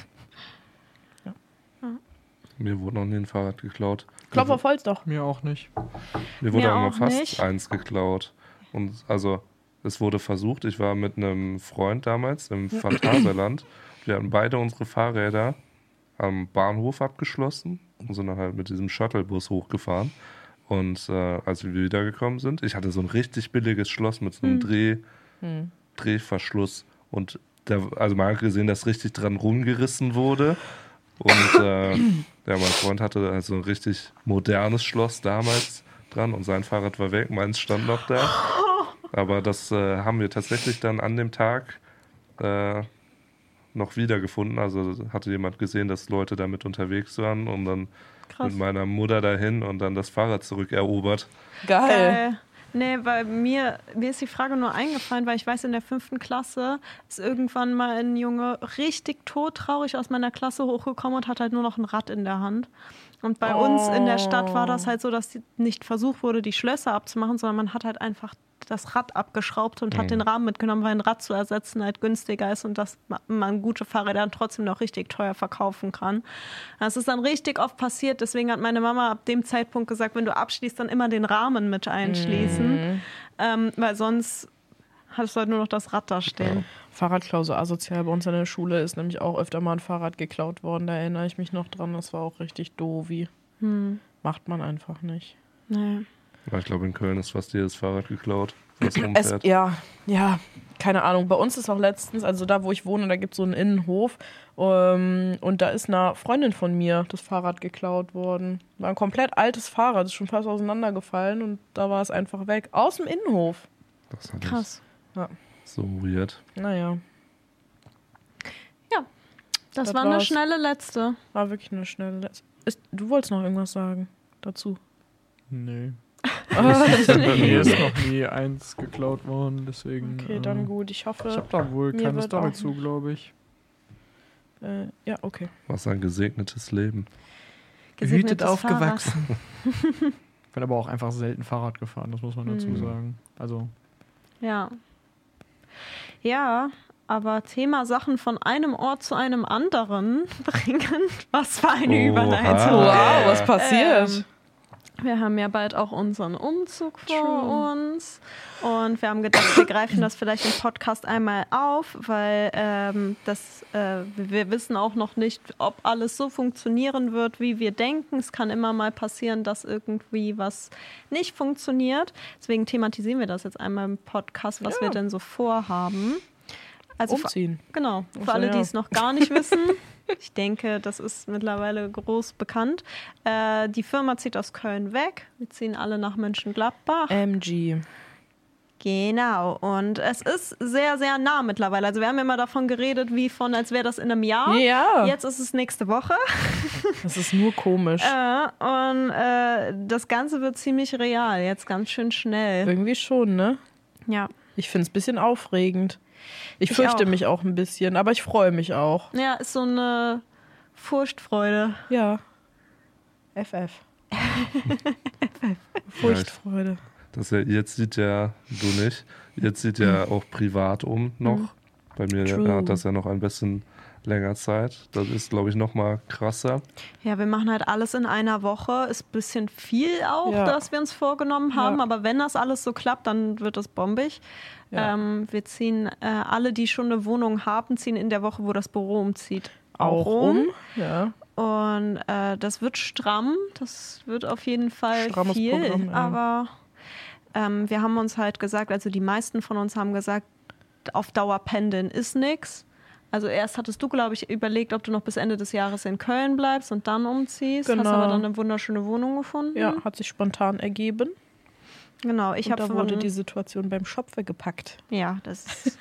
Mir wurde noch nie ein Fahrrad geklaut. Klopf auf Holz doch. Mir auch nicht. Mir wurde Mir aber mal auch fast nicht. eins geklaut. Und also, es wurde versucht. Ich war mit einem Freund damals im Phantasialand. Wir hatten beide unsere Fahrräder am Bahnhof abgeschlossen und sind dann halt mit diesem Shuttlebus hochgefahren. Und als wir wiedergekommen sind, ich hatte so ein richtig billiges Schloss mit so einem Drehverschluss. Und also man hat gesehen, dass richtig dran rumgerissen wurde. Und ja, mein Freund hatte also ein richtig modernes Schloss damals dran und sein Fahrrad war weg, meins stand noch da. Aber das haben wir tatsächlich dann an dem Tag noch wiedergefunden. Also hatte jemand gesehen, dass Leute damit unterwegs waren und dann mit meiner Mutter dahin und dann das Fahrrad zurückerobert. Geil. Nee, weil mir ist die Frage nur eingefallen, weil ich weiß, in der 5. Klasse ist irgendwann mal ein Junge richtig todtraurig aus meiner Klasse hochgekommen und hat halt nur noch ein Rad in der Hand. Und bei uns in der Stadt war das halt so, dass nicht versucht wurde, die Schlösser abzumachen, sondern man hat halt einfach das Rad abgeschraubt und hat den Rahmen mitgenommen, weil ein Rad zu ersetzen halt günstiger ist und dass man gute Fahrräder dann trotzdem noch richtig teuer verkaufen kann. Das ist dann richtig oft passiert, deswegen hat meine Mama ab dem Zeitpunkt gesagt, wenn du abschließt, dann immer den Rahmen mit einschließen, weil sonst hast du halt nur noch das Rad da stehen. Fahrradklau so asozial. Bei uns an der Schule ist nämlich auch öfter mal ein Fahrrad geklaut worden. Da erinnere ich mich noch dran. Das war auch richtig doofi. Macht man einfach nicht. Nee. Ja, ich glaube, in Köln ist fast jedes Fahrrad geklaut, was rumfährt. Ja, keine Ahnung. Bei uns ist auch letztens, also da, wo ich wohne, da gibt es so einen Innenhof. Und da ist einer Freundin von mir das Fahrrad geklaut worden. War ein komplett altes Fahrrad, ist schon fast auseinandergefallen und da war es einfach weg. Aus dem Innenhof. Das ist Krass. Ja. so weird. Naja, Ja, das war war's. eine schnelle letzte. war wirklich eine schnelle. Du wolltest noch irgendwas sagen dazu? Nee. Mir ist noch nie eins geklaut worden, deswegen. Okay, dann gut. Ich hoffe. Ich habe da wohl mir keine wird Story auch zu, glaube ich. Ja, okay. Was ein gesegnetes Leben. Gesegnetes Behütet aufgewachsen. Ich bin aber auch einfach selten Fahrrad gefahren, das muss man dazu sagen. Also. Ja. Ja, aber Thema Sachen von einem Ort zu einem anderen bringen. Was für eine Überleitung. Wow, was passiert? Wir haben ja bald auch unseren Umzug vor uns und wir haben gedacht, wir greifen das vielleicht im Podcast einmal auf, weil wir wissen auch noch nicht, ob alles so funktionieren wird, wie wir denken. Es kann immer mal passieren, dass irgendwie was nicht funktioniert. Deswegen thematisieren wir das jetzt einmal im Podcast, was wir denn so vorhaben. Also Umziehen. Genau, Also, für alle, die ja. es noch gar nicht wissen. Ich denke, das ist mittlerweile groß bekannt. Die Firma zieht aus Köln weg. Wir ziehen alle nach Mönchengladbach. MG. Genau. Und es ist sehr, sehr nah mittlerweile. Also wir haben immer davon geredet, als wäre das in einem Jahr. Ja. Jetzt ist es nächste Woche. Das ist nur komisch. Und das Ganze wird ziemlich real. Jetzt ganz schön schnell. Irgendwie schon, ne? Ja. Ich finde es ein bisschen aufregend. Ich fürchte mich auch ein bisschen, aber ich freue mich auch. Ja, ist so eine Furchtfreude. Ja. FF. Furchtfreude. Jetzt sieht ja du nicht. Jetzt sieht ja auch privat noch. Bei mir hat das ja noch ein bisschen länger Zeit. Das ist, glaube ich, noch mal krasser. Ja, wir machen halt alles in einer Woche. Ist ein bisschen viel auch, dass wir uns vorgenommen haben. Ja. Aber wenn das alles so klappt, dann wird das bombig. Ja. Wir ziehen, alle, die schon eine Wohnung haben, ziehen in der Woche, wo das Büro umzieht, auch um. Ja. Und das wird stramm. Das wird auf jeden Fall Strammes viel. Programm, ja. Aber wir haben uns halt gesagt, also die meisten von uns haben gesagt, auf Dauer pendeln ist nix. Also erst hattest du, glaube ich, überlegt, ob du noch bis Ende des Jahres in Köln bleibst und dann umziehst. Genau. Hast aber dann eine wunderschöne Wohnung gefunden. Ja, hat sich spontan ergeben. Genau, da wurde die Situation beim Shop weggepackt. Ja, das ist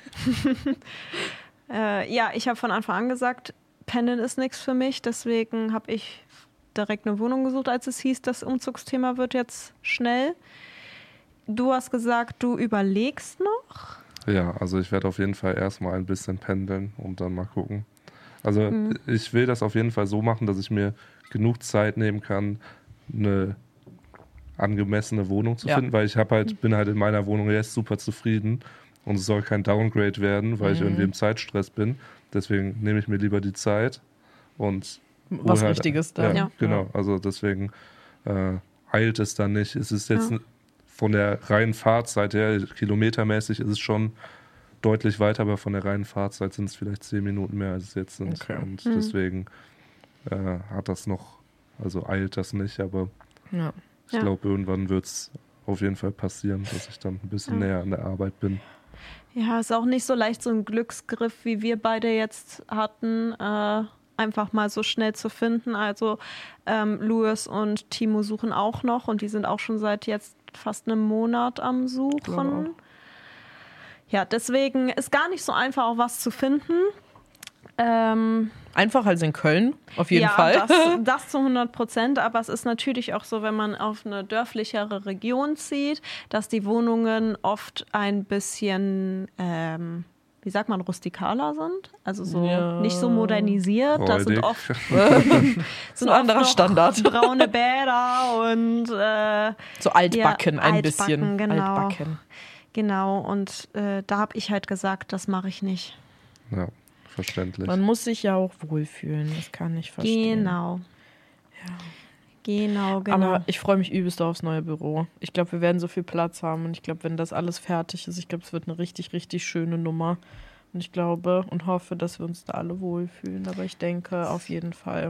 ich habe von Anfang an gesagt, pendeln ist nichts für mich. Deswegen habe ich direkt eine Wohnung gesucht, als es hieß, das Umzugsthema wird jetzt schnell. Du hast gesagt, du überlegst noch? Ja, also ich werde auf jeden Fall erstmal ein bisschen pendeln und dann mal gucken. Also ich will das auf jeden Fall so machen, dass ich mir genug Zeit nehmen kann, eine angemessene Wohnung zu finden, weil ich bin halt in meiner Wohnung jetzt super zufrieden und es soll kein Downgrade werden, weil ich irgendwie im Zeitstress bin. Deswegen nehme ich mir lieber die Zeit und was halt, Richtiges dann. Ja, genau. Also deswegen eilt es dann nicht. Es ist jetzt von der reinen Fahrzeit her, kilometermäßig ist es schon deutlich weiter, aber von der reinen Fahrzeit sind es vielleicht 10 Minuten mehr, als es jetzt sind. Okay. Und deswegen eilt das nicht, aber ich glaube, irgendwann wird es auf jeden Fall passieren, dass ich dann ein bisschen näher an der Arbeit bin. Ja, ist auch nicht so leicht so ein Glücksgriff, wie wir beide jetzt hatten, einfach mal so schnell zu finden. Also Louis und Timo suchen auch noch und die sind auch schon seit jetzt fast einem Monat am Suchen. Ja, deswegen ist gar nicht so einfach, auch was zu finden. Einfach als in Köln, auf jeden Fall. Ja, das zu 100%. Aber es ist natürlich auch so, wenn man auf eine dörflichere Region zieht, dass die Wohnungen oft ein bisschen, wie sagt man, rustikaler sind. Also so nicht so modernisiert. Da sind oft ein anderer Standard. Braune Bäder und so altbacken ein bisschen. Genau. Altbacken. Genau, und da habe ich halt gesagt, das mache ich nicht. Ja. Verständlich. Man muss sich ja auch wohlfühlen, das kann ich verstehen. Genau. Ja. Genau. Aber ich freue mich übelst aufs neue Büro. Ich glaube, wir werden so viel Platz haben und ich glaube, wenn das alles fertig ist, ich glaube, es wird eine richtig, richtig schöne Nummer. Und ich glaube und hoffe, dass wir uns da alle wohlfühlen. Aber ich denke auf jeden Fall.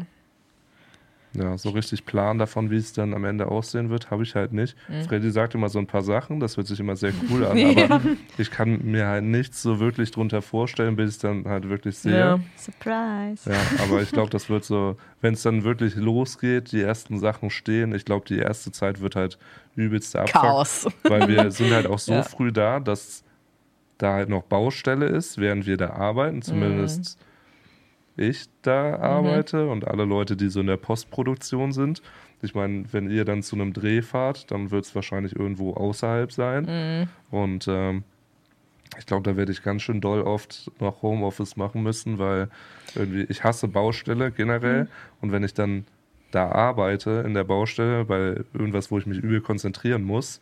Ja, so richtig Plan davon, wie es dann am Ende aussehen wird, habe ich halt nicht. Freddy sagt immer so ein paar Sachen, das hört sich immer sehr cool an, aber ich kann mir halt nichts so wirklich drunter vorstellen, bis ich es dann halt wirklich sehe. Ja. Surprise. Ja, aber ich glaube, das wird so, wenn es dann wirklich losgeht, die ersten Sachen stehen, ich glaube, die erste Zeit wird halt übelster Abfuck. Chaos. Weil wir sind halt auch so früh da, dass da halt noch Baustelle ist, während wir da arbeiten, zumindest ich da arbeite und alle Leute, die so in der Postproduktion sind. Ich meine, wenn ihr dann zu einem Dreh fahrt, dann wird es wahrscheinlich irgendwo außerhalb sein. Und ich glaube, da werde ich ganz schön doll oft noch Homeoffice machen müssen, weil irgendwie ich hasse Baustelle generell. Und wenn ich dann da arbeite in der Baustelle, bei irgendwas, wo ich mich übel konzentrieren muss,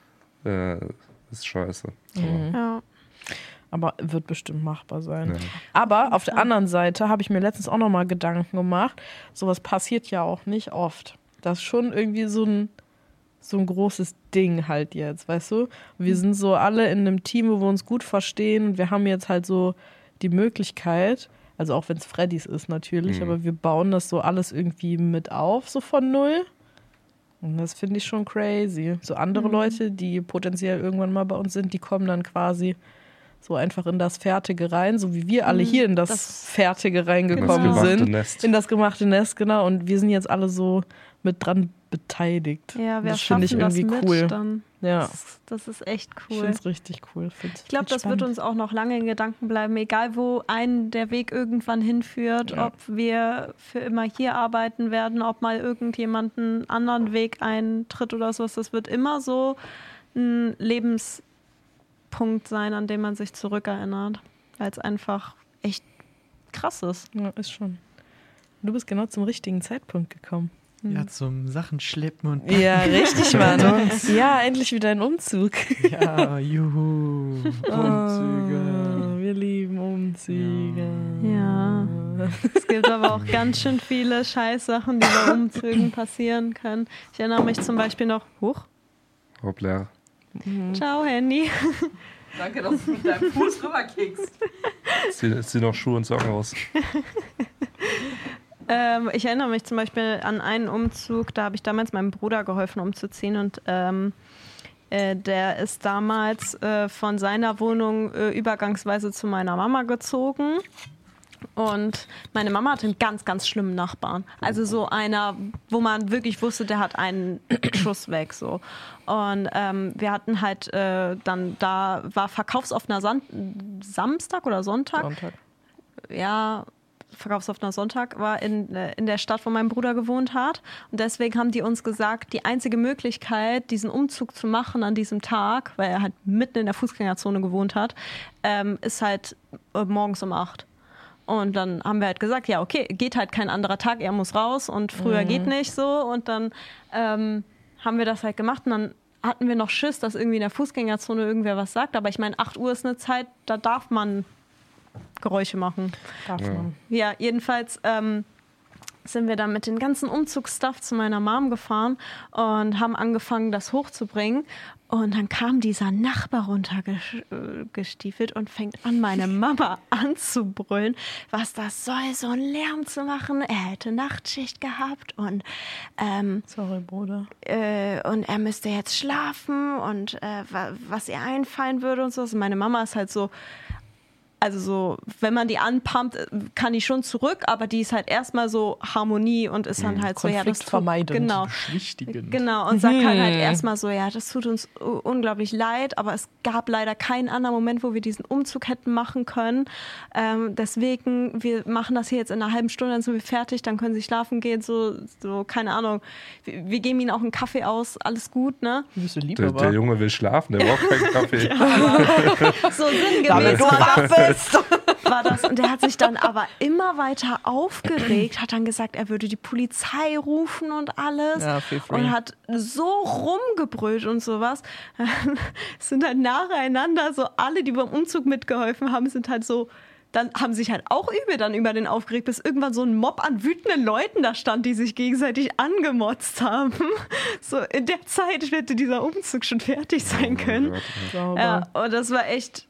ist scheiße. Ja. Aber wird bestimmt machbar sein. Ja. Aber auf der anderen Seite habe ich mir letztens auch nochmal Gedanken gemacht, sowas passiert ja auch nicht oft. Das ist schon irgendwie so ein großes Ding halt jetzt, weißt du? Wir sind so alle in einem Team, wo wir uns gut verstehen und wir haben jetzt halt so die Möglichkeit, also auch wenn es Freddys ist natürlich, aber wir bauen das so alles irgendwie mit auf, so von null. Und das finde ich schon crazy. So andere Leute, die potenziell irgendwann mal bei uns sind, die kommen dann quasi so einfach in das Fertige rein, so wie wir alle hier in das Fertige reingekommen sind. Nest. In das gemachte Nest, genau. Und wir sind jetzt alle so mit dran beteiligt. Ja, wir das finde ich irgendwie das cool. Dann. Ja. Das ist echt cool. Ich finde es richtig cool. Ich glaube, das wird uns auch noch lange in Gedanken bleiben, egal wo einen der Weg irgendwann hinführt, ob wir für immer hier arbeiten werden, ob mal irgendjemand einen anderen Weg eintritt oder sowas. Das wird immer so ein Lebenspunkt sein, an dem man sich zurückerinnert. weil es einfach echt krass ist. Ja, ist schon. Du bist genau zum richtigen Zeitpunkt gekommen. Ja, zum Sachen schleppen und packen. Ja, richtig, Mann. Ja, endlich wieder ein Umzug. Ja, juhu. Umzüge. Wir lieben Umzüge. Ja. Es gibt aber auch ganz schön viele Scheißsachen, die bei Umzügen passieren können. Ich erinnere mich zum Beispiel noch, Hoppla. Ciao, Handy. Danke, dass du mit deinem Fuß rüberkickst. Zieh noch Schuhe und Socken aus. Ich erinnere mich zum Beispiel an einen Umzug, da habe ich damals meinem Bruder geholfen umzuziehen und der ist damals von seiner Wohnung übergangsweise zu meiner Mama gezogen. Und meine Mama hatte einen ganz, ganz schlimmen Nachbarn. Also so einer, wo man wirklich wusste, der hat einen Schuss weg. So. Und wir hatten halt dann, da war verkaufsoffener Samstag oder Sonntag. Ja, verkaufsoffener Sonntag war in der Stadt, wo mein Bruder gewohnt hat. Und deswegen haben die uns gesagt, die einzige Möglichkeit, diesen Umzug zu machen an diesem Tag, weil er halt mitten in der Fußgängerzone gewohnt hat, ist halt morgens um 8. Und dann haben wir halt gesagt, ja, okay, geht halt kein anderer Tag, er muss raus und früher geht nicht so. Und dann haben wir das halt gemacht und dann hatten wir noch Schiss, dass irgendwie in der Fußgängerzone irgendwer was sagt. Aber ich meine, 8 Uhr ist eine Zeit, da darf man Geräusche machen. Darf man. Ja, jedenfalls sind wir dann mit den ganzen Umzugsstuff zu meiner Mom gefahren und haben angefangen, das hochzubringen. Und dann kam dieser Nachbar runtergestiefelt und fängt an, meine Mama anzubrüllen, was das soll, so einen Lärm zu machen. Er hätte Nachtschicht gehabt und sorry, Bruder. Und er müsste jetzt schlafen und was ihr einfallen würde und so. Also meine Mama ist halt so, also so, wenn man die anpumpt, kann die schon zurück, aber die ist halt erstmal so Harmonie und ist dann halt so, ja, das tut, konfliktvermeidend. Beschwichtigend. Genau, und sagt halt erstmal so, ja, das tut uns unglaublich leid, aber es gab leider keinen anderen Moment, wo wir diesen Umzug hätten machen können. Deswegen, wir machen das hier jetzt in einer halben Stunde, dann sind wir fertig, dann können sie schlafen gehen, so keine Ahnung. Wir geben ihnen auch einen Kaffee aus, alles gut, ne? Bist du lieb, Der Junge will schlafen, der braucht keinen Kaffee. So sinngemäß war das. Und der hat sich dann aber immer weiter aufgeregt, hat dann gesagt, er würde die Polizei rufen und alles. Ja, feel free. Und hat so rumgebrüllt und sowas. Es sind halt nacheinander so alle, die beim Umzug mitgeholfen haben, sind halt so, dann haben sich halt auch übel dann über den aufgeregt, bis irgendwann so ein Mob an wütenden Leuten da stand, die sich gegenseitig angemotzt haben. So in der Zeit hätte dieser Umzug schon fertig sein können. Ja, und das war echt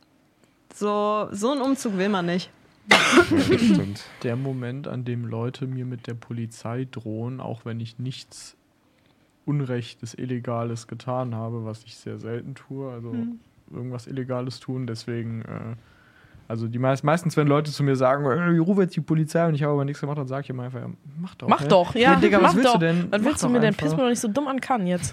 so einen Umzug will man nicht. Stimmt. Der Moment, an dem Leute mir mit der Polizei drohen, auch wenn ich nichts Unrechtes, Illegales getan habe, was ich sehr selten tue, also irgendwas Illegales tun, deswegen, also die meistens, wenn Leute zu mir sagen, ich rufe jetzt die Polizei und ich habe aber nichts gemacht, dann sage ich immer einfach, ja, mach doch. Mach doch, ja, Digga, was mach willst doch. du denn? Was willst du mir denn? Piss mir doch nicht so dumm an kann jetzt.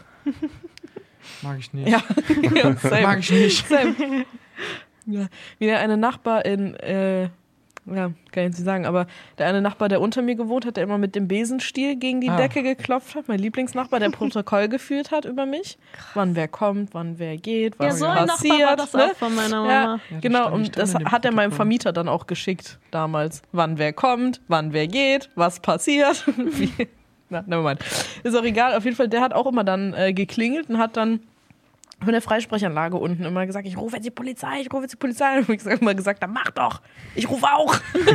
Mag ich nicht. Ja, same. Mag ich nicht. Same. Ja. Wieder eine Nachbarin, ja, kann ich nicht sagen, aber der eine Nachbar, der unter mir gewohnt hat, der immer mit dem Besenstiel gegen die Decke geklopft hat, mein Lieblingsnachbar, der Protokoll geführt hat über mich, wann wer kommt, wann wer geht, was so ein passiert. Nachbar war das auch von meiner Mama. Ja, Ja, genau, stand und das in dem hat er meinem Protokoll. Vermieter dann auch geschickt damals, wann wer kommt, wann wer geht, was passiert. Na, nevermind. Ist auch egal, auf jeden Fall, der hat auch immer dann geklingelt und hat dann von der Freisprechanlage unten immer gesagt, ich rufe jetzt die Polizei, ich rufe jetzt die Polizei. Und ich habe immer gesagt, dann mach doch, ich rufe auch.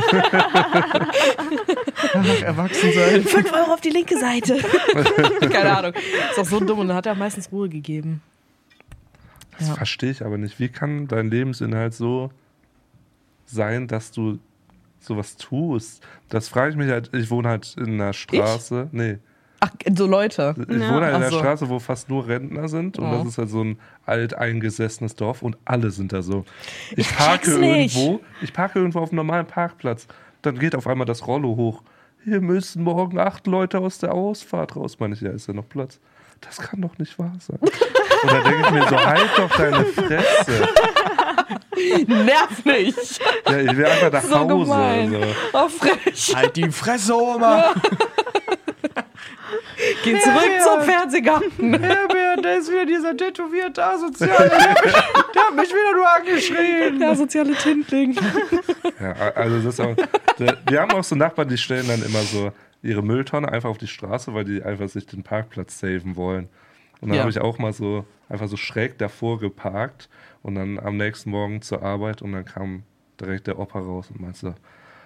Ach, erwachsen sein. 5 Euro auf die linke Seite. Keine Ahnung. Ist doch so dumm und dann hat er meistens Ruhe gegeben. Das verstehe ich aber nicht. Wie kann dein Lebensinhalt so sein, dass du sowas tust? Das frage ich mich halt. Ich wohne halt in einer Straße. Nee. Ach, so Leute. Ich wohne halt in einer Ach so. Straße, wo fast nur Rentner sind. Und das ist halt so ein alteingesessenes Dorf und alle sind da so. Ich parke irgendwo auf einem normalen Parkplatz. Dann geht auf einmal das Rollo hoch. Hier müssen morgen 8 Leute aus der Ausfahrt raus. Meine ich, ja, ist ja noch Platz. Das kann doch nicht wahr sein. Und dann denke ich mir so, halt doch deine Fresse. Nerv nicht. Ja, ich will einfach nach So Hause. gemein. So. Oh, frech. Halt die Fresse, Oma! Geh zurück zum Fernsehgarten. Herbert, da ist wieder dieser tätowierte Asoziale. Der hat mich wieder nur angeschrien. Der asoziale Tintling. Ja, also das ist auch, wir haben auch so Nachbarn, die stellen dann immer so ihre Mülltonne einfach auf die Straße, weil die einfach sich den Parkplatz saven wollen. Und dann habe ich auch mal so einfach so schräg davor geparkt und dann am nächsten Morgen zur Arbeit und dann kam direkt der Opa raus und meinte,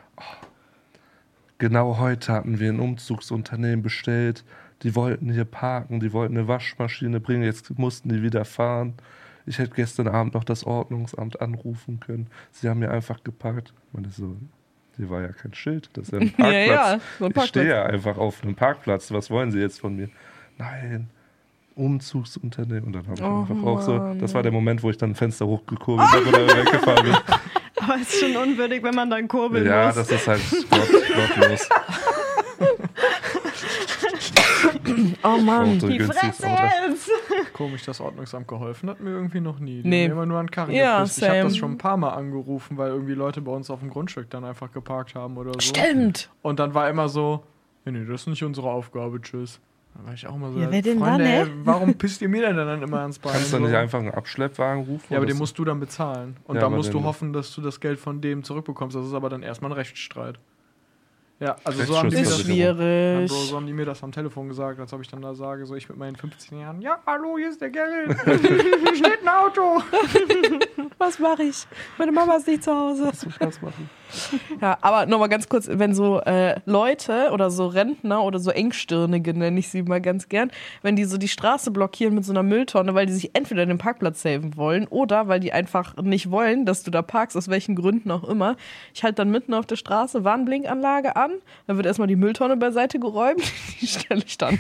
genau heute hatten wir ein Umzugsunternehmen bestellt, die wollten hier parken, die wollten eine Waschmaschine bringen, jetzt mussten die wieder fahren. Ich hätte gestern Abend noch das Ordnungsamt anrufen können. Sie haben mir einfach geparkt. Und ich so, hier war ja kein Schild, das ist ja ein Parkplatz. Ja, so ein Parkplatz. Ich stehe ja einfach auf einem Parkplatz. Was wollen Sie jetzt von mir? Nein, Umzugsunternehmen. Und dann habe ich einfach auch so, das war der Moment, wo ich dann ein Fenster hochgekurbelt habe und dann weggefahren bin. Aber es ist schon unwürdig, wenn man dann kurbeln muss. Ja, das ist halt gottlos. Oh Mann. Die Fresse jetzt! Komisch, das Ordnungsamt geholfen hat mir irgendwie noch nie. Die Nee. haben mir immer nur an Karren Ja, gepisst. Ich habe same. das schon ein paar Mal angerufen, weil irgendwie Leute bei uns auf dem Grundstück dann einfach geparkt haben oder so. Stimmt. Und dann war immer so, nee, das ist nicht unsere Aufgabe, tschüss. Dann war ich auch immer so, Ja, wer denn Freunde, dann, ey, warum pisst ihr mir denn dann immer ans Bein? Kannst du so? nicht einfach einen Abschleppwagen rufen? Ja, aber Oder den so? musst du dann bezahlen. Und Ja, dann aber musst du den- hoffen, dass du das Geld von dem zurückbekommst. Das ist aber dann erstmal ein Rechtsstreit. Ja, also so Rechtsschutz haben die mir Ist das... Versicherung. Ja, schwierig. Bro, so haben die mir das am Telefon gesagt, als ob ich dann da sage, so ich mit meinen 15 Jahren, ja, hallo, hier ist der Gerrit, hier steht ein Auto. Was mache ich? Meine Mama ist nicht zu Hause. Spaß machen. Ja, aber nochmal ganz kurz, wenn so Leute oder so Rentner oder so Engstirnige, nenne ich sie mal ganz gern, wenn die so die Straße blockieren mit so einer Mülltonne, weil die sich entweder den Parkplatz saven wollen oder weil die einfach nicht wollen, dass du da parkst, aus welchen Gründen auch immer. Ich halte dann mitten auf der Straße Warnblinkanlage an, dann wird erstmal die Mülltonne beiseite geräumt, die stelle ich dann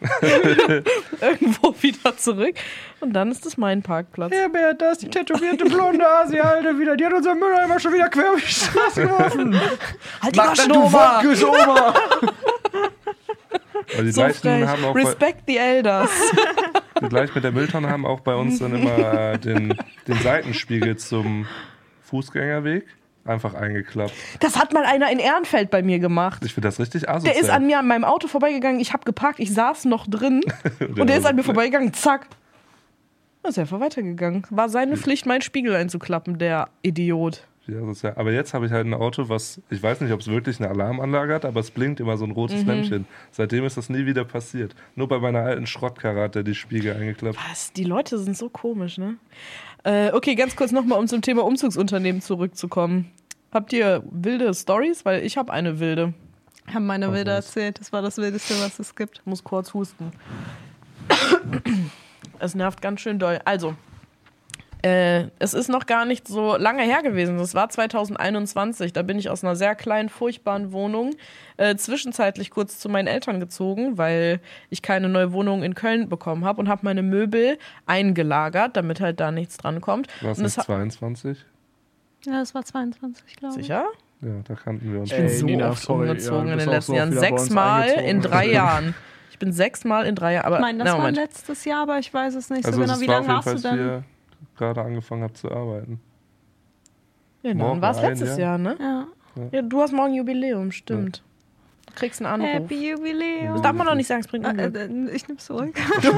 irgendwo wieder zurück und dann ist das mein Parkplatz. Herbert, da ist die tätowierte blonde Asi-Alte wieder, die hat unseren Mülleimer schon wieder quer über die Straße geworfen. Halt die Mach Maschen, du Oma! Wodkes, Oma. Weil die So gleichen frech. haben auch Respect the Elders. die gleich mit der Mülltonne haben auch bei uns dann immer den Seitenspiegel zum Fußgängerweg einfach eingeklappt. Das hat mal einer in Ehrenfeld bei mir gemacht. Ich finde das richtig asozial. Der ist an mir an meinem Auto vorbeigegangen, ich habe geparkt, ich saß noch drin und der ist an mir vorbeigegangen, zack. Dann ist er einfach weitergegangen. War seine Pflicht, meinen Spiegel einzuklappen, der Idiot. Ja, asozial. Aber jetzt habe ich halt ein Auto, was, ich weiß nicht, ob es wirklich eine Alarmanlage hat, aber es blinkt immer so ein rotes Lämpchen. Seitdem ist das nie wieder passiert. Nur bei meiner alten Schrottkarre hat der die Spiegel eingeklappt. Was? Die Leute sind so komisch, ne? Okay, ganz kurz nochmal, um zum Thema Umzugsunternehmen zurückzukommen. Habt ihr wilde Stories? Weil ich habe eine wilde. Haben meine Oh, Bilder was? erzählt. Das war das Wildeste, was es gibt. Ich muss kurz husten. Es nervt ganz schön doll. Also, es ist noch gar nicht so lange her gewesen. Das war 2021. Da bin ich aus einer sehr kleinen, furchtbaren Wohnung zwischenzeitlich kurz zu meinen Eltern gezogen, weil ich keine neue Wohnung in Köln bekommen habe und habe meine Möbel eingelagert, damit halt da nichts dran kommt. War es Und nicht das 22? Ja, das war 22, glaube ich. Sicher? Ja, da kannten wir uns. Ich bin Ey, so Nina, oft sorry, umgezogen ja, in du den bist auch letzten so Jahren. oft wieder bei uns 6-mal in eingezogen. 3 Jahren. Ich bin 6-mal in 3 Jahren. Aber Ich meine, das na, war Moment. letztes Jahr, aber ich weiß es nicht Also so genau. es Wie war lange auf jeden warst du Fall, denn? als ihr gerade angefangen habt zu arbeiten. Ja, dann Morgen war es ein letztes Jahr, ne? Ja. Ja, du hast morgen Jubiläum, stimmt. Du kriegst einen Anruf. Happy Jubiläum. Das darf man doch nicht sagen, es bringt Unglück. Ich nehm's zurück.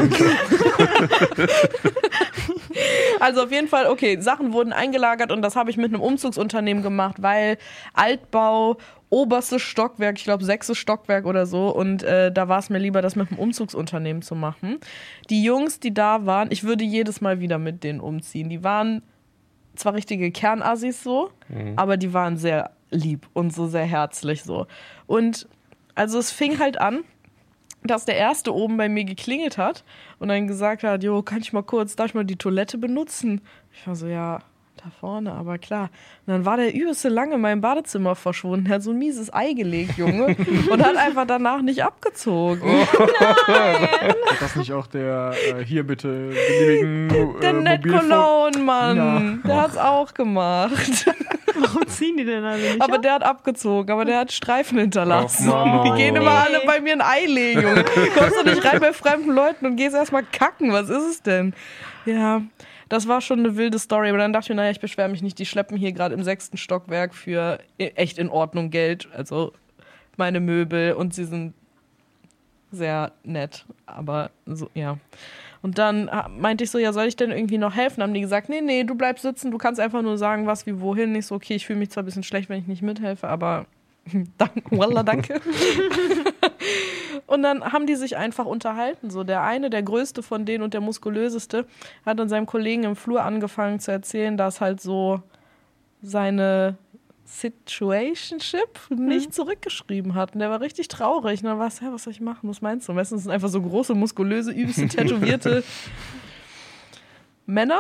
Also auf jeden Fall, okay, Sachen wurden eingelagert und das habe ich mit einem Umzugsunternehmen gemacht, weil Altbau, oberstes Stockwerk, ich glaube 6. Stockwerk oder so und da war es mir lieber, das mit einem Umzugsunternehmen zu machen. Die Jungs, die da waren, ich würde jedes Mal wieder mit denen umziehen. Die waren zwar richtige Kernassis so, aber die waren sehr lieb und so sehr herzlich so. Und also es fing halt an, dass der Erste oben bei mir geklingelt hat und dann gesagt hat, jo, kann ich mal kurz, darf ich mal die Toilette benutzen? Ich war so, ja, da vorne, aber klar. Und dann war der übelste lange in meinem Badezimmer verschwunden, der hat so ein mieses Ei gelegt, Junge, und hat einfach danach nicht abgezogen. Hat das nicht auch der hier bitte beliebigen Der Ned Cologne, Mann, Ja. der hat's auch gemacht. Warum ziehen die denn alle nicht Aber ab? der hat abgezogen, aber der hat Streifen hinterlassen. Ach, Mann. Die gehen immer Nee. alle bei mir ein Ei legen, Junge. Kommst du nicht rein bei fremden Leuten und gehst erstmal kacken, was ist es denn? Ja, das war schon eine wilde Story, aber dann dachte ich mir, naja, ich beschwere mich nicht, die schleppen hier gerade im 6. Stockwerk für echt in Ordnung Geld, also meine Möbel und sie sind sehr nett, aber so, ja. Und dann meinte ich so, ja, soll ich denn irgendwie noch helfen? Haben die gesagt, nee, du bleibst sitzen, du kannst einfach nur sagen, was, wie, wohin. Ich so, okay, ich fühle mich zwar ein bisschen schlecht, wenn ich nicht mithelfe, aber Wallah, danke. Und dann haben die sich einfach unterhalten. So, der eine, der größte von denen und der muskulöseste, hat dann seinem Kollegen im Flur angefangen zu erzählen, dass halt so seine Situationship nicht zurückgeschrieben hat. Und der war richtig traurig. Und dann war es, was soll ich machen? Was meinst du? Und meistens sind einfach so große, muskulöse, übelste, tätowierte Männer,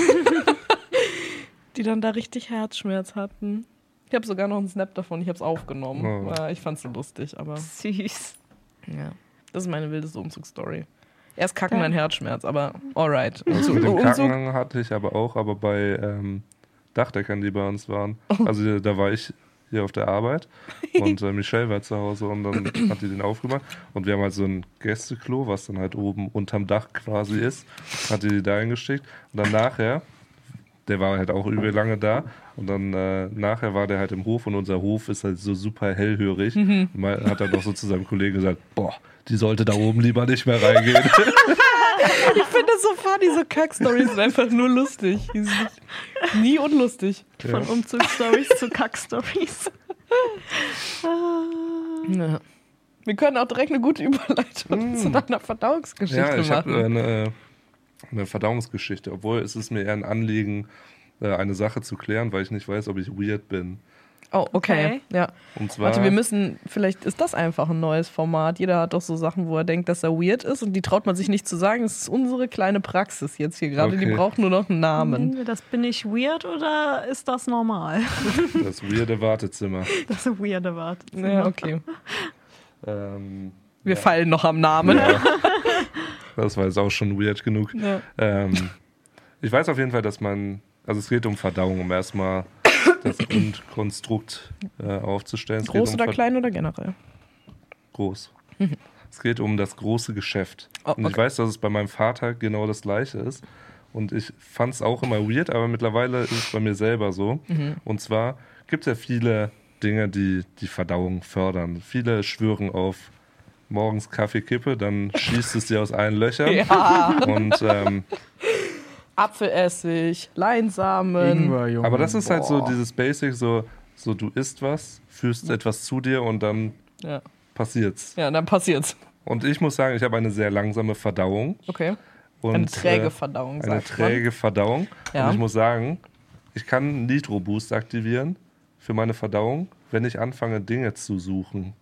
die dann da richtig Herzschmerz hatten. Ich habe sogar noch einen Snap davon, ich habe es aufgenommen. Oh. Ich fand es so lustig, aber Süß. ja, das ist meine wildeste Umzugsstory. Erst kacken, mein Herzschmerz, aber alright. Mit dem Kacken hatte ich aber bei Dachdeckern, die bei uns waren. Also da war ich hier auf der Arbeit und Michelle war zu Hause und dann hat die den aufgemacht und wir haben halt so ein Gästeklo, was dann halt oben unterm Dach quasi ist, hat die da eingeschickt und dann nachher, der war halt auch übel lange da und dann nachher war der halt im Hof und unser Hof ist halt so super hellhörig und hat dann noch so zu seinem Kollegen gesagt, boah, die sollte da oben lieber nicht mehr reingehen. Ich finde das so funny, so Kack-Stories sind einfach nur lustig. Die sind nie unlustig. Von Umzugsstories zu Kack-Stories. Ja. Wir können auch direkt eine gute Überleitung zu deiner Verdauungsgeschichte Ja, ich machen. habe eine Verdauungsgeschichte, obwohl es ist mir eher ein Anliegen, eine Sache zu klären, weil ich nicht weiß, ob ich weird bin. Oh, okay. Ja. Und zwar, Warte, vielleicht ist das einfach ein neues Format. Jeder hat doch so Sachen, wo er denkt, dass er weird ist und die traut man sich nicht zu sagen. Das ist unsere kleine Praxis jetzt hier gerade. Die braucht nur noch einen Namen. Das bin ich weird oder ist das normal? das weirde Wartezimmer. Das ist weirde Wartezimmer. Ja, okay. Wir ja. fallen noch am Namen. Ja. Das war jetzt auch schon weird genug. Ja. Ich weiß auf jeden Fall, dass es geht um Verdauung, um erstmal das Grundkonstrukt aufzustellen. Groß oder klein oder generell? Groß. Es geht um das große Geschäft. Oh, Und ich weiß, dass es bei meinem Vater genau das Gleiche ist. Und ich fand es auch immer weird, aber mittlerweile ist es bei mir selber so. Und zwar gibt es ja viele Dinge, die die Verdauung fördern. Viele schwören auf morgens Kaffeekippe, dann schießt es dir aus allen Löchern. Ja. Und Apfelessig, Leinsamen. Ingwer, Junge. aber das ist halt so dieses Basic, so du isst was, führst etwas zu dir und dann Ja. passiert's. Ja, dann passiert's. Und ich muss sagen, ich habe eine sehr langsame Verdauung. Okay. Und, Eine träge Verdauung, Eine sagt träge Verdauung. Ja. Und ich muss sagen, ich kann Nitro Boost aktivieren für meine Verdauung, wenn ich anfange, Dinge zu suchen.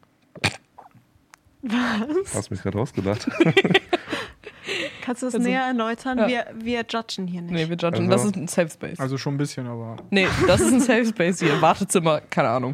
Was? Hast mich gerade ausgedacht. Kannst du das Also, näher erläutern? ja. Wir judgen hier nicht. Nee, wir judgen. Also- Das ist ein Safe Space. Also schon ein bisschen, aber Nee, das ist ein Safe Space hier. Wartezimmer, keine Ahnung.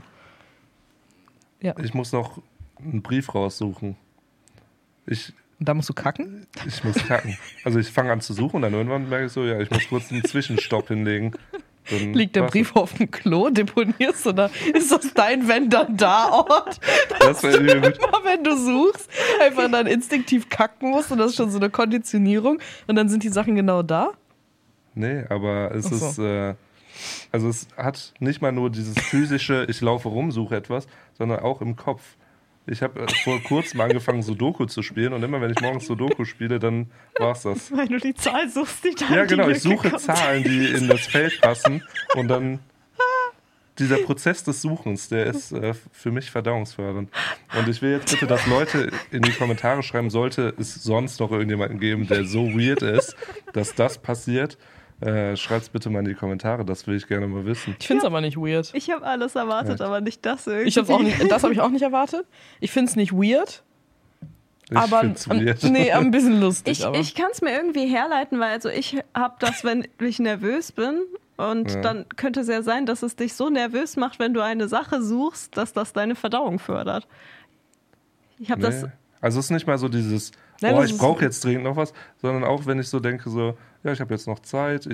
Ich muss noch einen Brief raussuchen. Ich Und da musst du kacken? muss kacken. Also ich fange an zu suchen und dann irgendwann merke ich so, ja, ich muss kurz einen Zwischenstopp hinlegen. Dann Liegt der war's Brief auf dem Klo, deponierst du da? Ist das dein Wenn-Dann-Da-Ort? Das wäre übel. Immer wenn du suchst, einfach dann instinktiv kacken musst und das ist schon so eine Konditionierung und dann sind die Sachen genau da? Nee, aber es Ach so. ist, also es hat nicht mal nur dieses physische, ich laufe rum, suche etwas, sondern auch im Kopf. Ich habe vor kurzem angefangen, Sudoku zu spielen und immer wenn ich morgens Sudoku spiele, dann war's das. Weil du die Zahl suchst, die da Ja, die genau, ich Lücke suche kommt. Zahlen, die in das Feld passen und dann dieser Prozess des Suchens, der ist für mich verdauungsfördernd. Und ich will jetzt bitte, dass Leute in die Kommentare schreiben, sollte es sonst noch irgendjemanden geben, der so weird ist, dass das passiert. Schreibt's bitte mal in die Kommentare, das will ich gerne mal wissen. Ich find's aber nicht weird. Ich habe alles erwartet, aber nicht das irgendwie. Das habe ich auch nicht erwartet. Ich find's nicht weird, Ich aber find's weird. nee, ein bisschen lustig. aber. Ich kann es mir irgendwie herleiten, weil also ich habe das, wenn ich nervös bin und Ja. dann könnte es ja sein, dass es dich so nervös macht, wenn du eine Sache suchst, dass das deine Verdauung fördert. Ich habe das. Nee. Also es ist nicht mal so dieses, Nein, oh, das ich ist- brauche jetzt dringend noch was, sondern auch wenn ich so denke, so, ja, ich habe jetzt noch Zeit,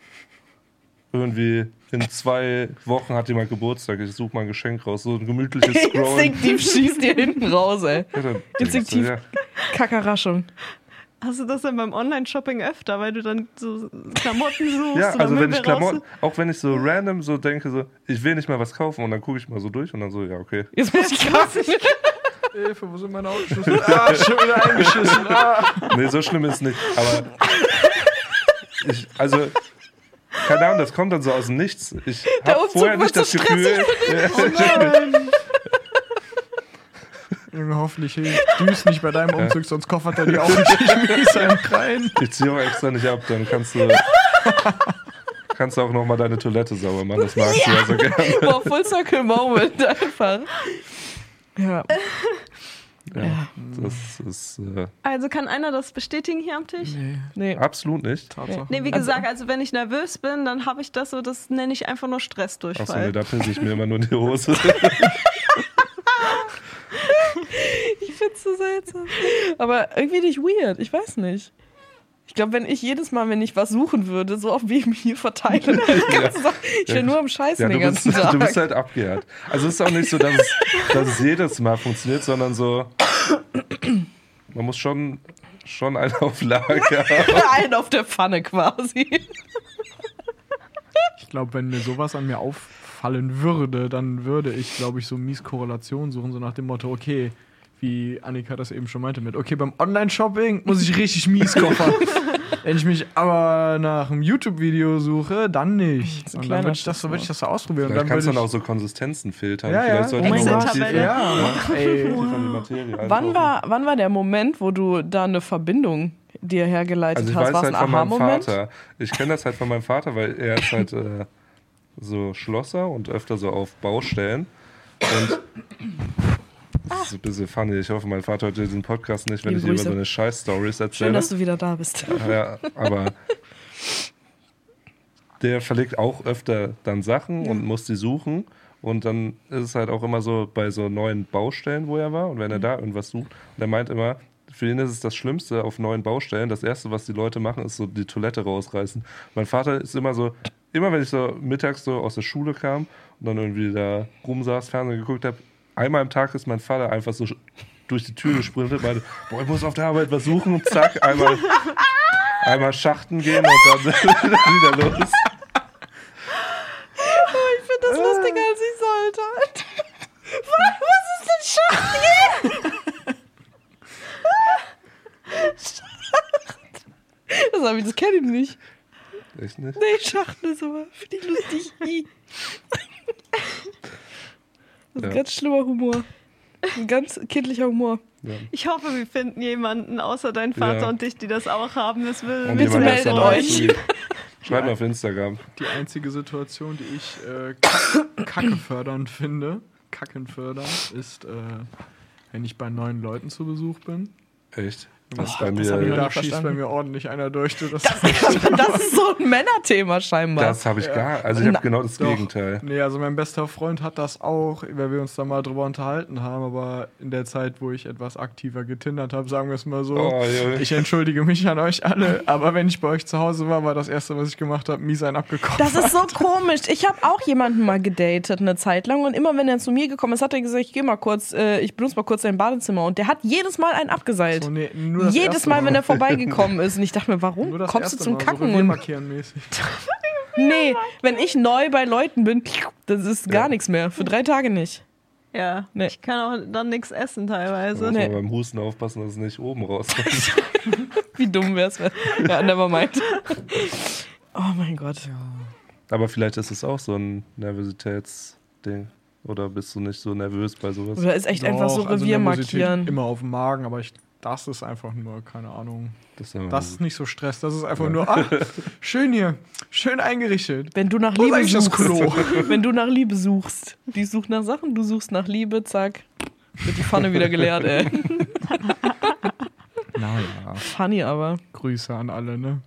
irgendwie in 2 Wochen hat jemand Geburtstag, ich suche mal ein Geschenk raus, so ein gemütliches Scrollen. Instinktiv schießt dir hinten raus, ey. Ja, dann denkst du, Instinktiv. ja. Kackerraschung. Hast du das denn beim Online-Shopping öfter, weil du dann so Klamotten suchst? Ja, oder also wenn Möbel ich Klamotten, raus- auch wenn ich so random so denke, so, ich will nicht mal was kaufen und dann gucke ich mal so durch und dann so, ja, okay. Jetzt muss ich kacken. Hilfe, wo sind meine Autoschlüssel? Schon wieder eingeschissen. Nee, so schlimm ist es nicht. Aber also, keine Ahnung, das kommt dann so aus dem Nichts. Ich habe vorher nicht das Gefühl. Junge, hoffentlich düst nicht bei deinem Umzug, sonst koffert er dir auch nicht rein. Ich ziehe auch extra nicht ab, dann kannst du auch noch mal deine Toilette sauber machen. Das magst du ja so gerne. Boah, Full Circle Moment einfach. Ja. Ja, das ist Also kann einer das bestätigen hier am Tisch? Nee. absolut nicht. Tatsache. Nee, wie gesagt, also wenn ich nervös bin, dann habe ich das so, das nenne ich einfach nur Stressdurchfall. Achso, nee, da pisse ich mir immer nur in die Hose. Ich find's so seltsam. Aber irgendwie nicht weird, ich weiß nicht. Ich glaube, wenn ich jedes Mal, wenn ich was suchen würde, so oft wie ich mich hier verteile, ich wäre nur am Scheißen den ganzen Tag. Du bist halt abgehört. Also es ist auch nicht so, dass es jedes Mal funktioniert, sondern so, man muss schon einen auf Lager haben. Einen auf der Pfanne quasi. Ich glaube, wenn mir sowas an mir auffallen würde, dann würde ich, glaube ich, so mies Korrelation suchen, so nach dem Motto, okay, wie Annika das eben schon meinte mit, okay, beim Online-Shopping muss ich richtig mies koffern. Wenn ich mich aber nach einem YouTube-Video suche, dann nicht. Und dann würde ich das so ausprobieren. Vielleicht Und dann kannst du dann auch so Konsistenzen filtern. Ja, Vielleicht sollte ich noch Excel-Tabelle. tiefer ey, tief an die Materie Wann eintauchen. war der Moment, wo du da eine Verbindung dir hergeleitet Also ich hast? weiß War es halt ein von meinem Aha-Moment? Vater. Ich kenne das halt von meinem Vater, weil er ist halt so Schlosser und öfter so auf Baustellen. Und das ist ein bisschen funny. Ich hoffe, mein Vater hört diesen Podcast nicht, wenn Liebe ich über Grüße. so eine Scheiß-Stories erzähle. Schön, dass du wieder da bist. Ja, aber der verlegt auch öfter dann Sachen und muss die suchen. Und dann ist es halt auch immer so bei so neuen Baustellen, wo er war. Und wenn er da irgendwas sucht, und er meint immer, für ihn ist es das Schlimmste auf neuen Baustellen. Das Erste, was die Leute machen, ist so die Toilette rausreißen. Mein Vater ist immer so, immer wenn ich so mittags so aus der Schule kam und dann irgendwie da rumsaß, Fernsehen geguckt habe, einmal am Tag ist mein Vater einfach so durch die Tür gesprintet und meinte, boah, ich muss auf der Arbeit was suchen und zack, einmal schachten gehen und dann wieder los. Ich finde das lustiger, als ich sollte. Was ist denn Schachten? Das kenne ich nicht. Echt nicht? Nee, Schachten ist aber, finde ich lustig. Das ist ein ganz schlimmer Humor. Ein ganz kindlicher Humor. Ja. Ich hoffe, wir finden jemanden außer dein Vater Ja. und dich, die das auch haben. Das will Und Bitte jemand, der meldet das auch euch. zugibt. Schreibt mir auf Instagram. die einzige Situation, die ich kackefördernd finde, kackenfördernd, ist, wenn ich bei neuen Leuten zu Besuch bin. Echt? Das bei hab ich mir, noch Da nie schießt bei verstanden. mir ordentlich einer durch. Du, das Das ist so ein Männerthema scheinbar. das habe ich also ich habe genau das Doch. Gegenteil. Nee, also mein bester Freund hat das auch, weil wir uns da mal drüber unterhalten haben, aber in der Zeit, wo ich etwas aktiver getindert habe, sagen wir es mal so, Oh, Junge. ich entschuldige mich an euch alle, aber wenn ich bei euch zu Hause war das Erste, was ich gemacht habe, mies einen abgekocht. Das ist so komisch. Ich habe auch jemanden mal gedatet eine Zeit lang und immer wenn er zu mir gekommen ist, hat er gesagt, ich benutze mal kurz dein Badezimmer und der hat jedes Mal einen abgeseilt. So, nee, nur das Jedes erste Mal, wenn er vorbeigekommen ist. Und ich dachte mir, Nur warum das kommst du erste zum Mal, Kacken? So Und Reviermarkieren mäßig. nee, wenn ich neu bei Leuten bin, das ist gar nichts mehr. Für 3 Tage nicht. Ja, Nee. ich kann auch dann nichts essen Da teilweise. muss Nee. man beim Husten aufpassen, dass es nicht oben rauskommt. Wie dumm wär's, wenn. Ja, never mind. Oh mein Gott. Aber vielleicht ist es auch so ein Nervositätsding. Oder bist du nicht so nervös bei sowas? Oder ist echt einfach so Doch, also Revier Nervosität markieren. Immer auf dem Magen, aber das ist einfach nur, keine Ahnung. Das ist, Das ist nicht so Stress, das ist einfach nur, schön hier, schön eingerichtet. Wenn du nach Wo ist Liebe eigentlich das suchst. Klo? Wenn du nach Liebe suchst. Die sucht nach Sachen, du suchst nach Liebe, zack. Wird die Pfanne wieder geleert, ey. Naja, Funny aber. Grüße an alle, ne?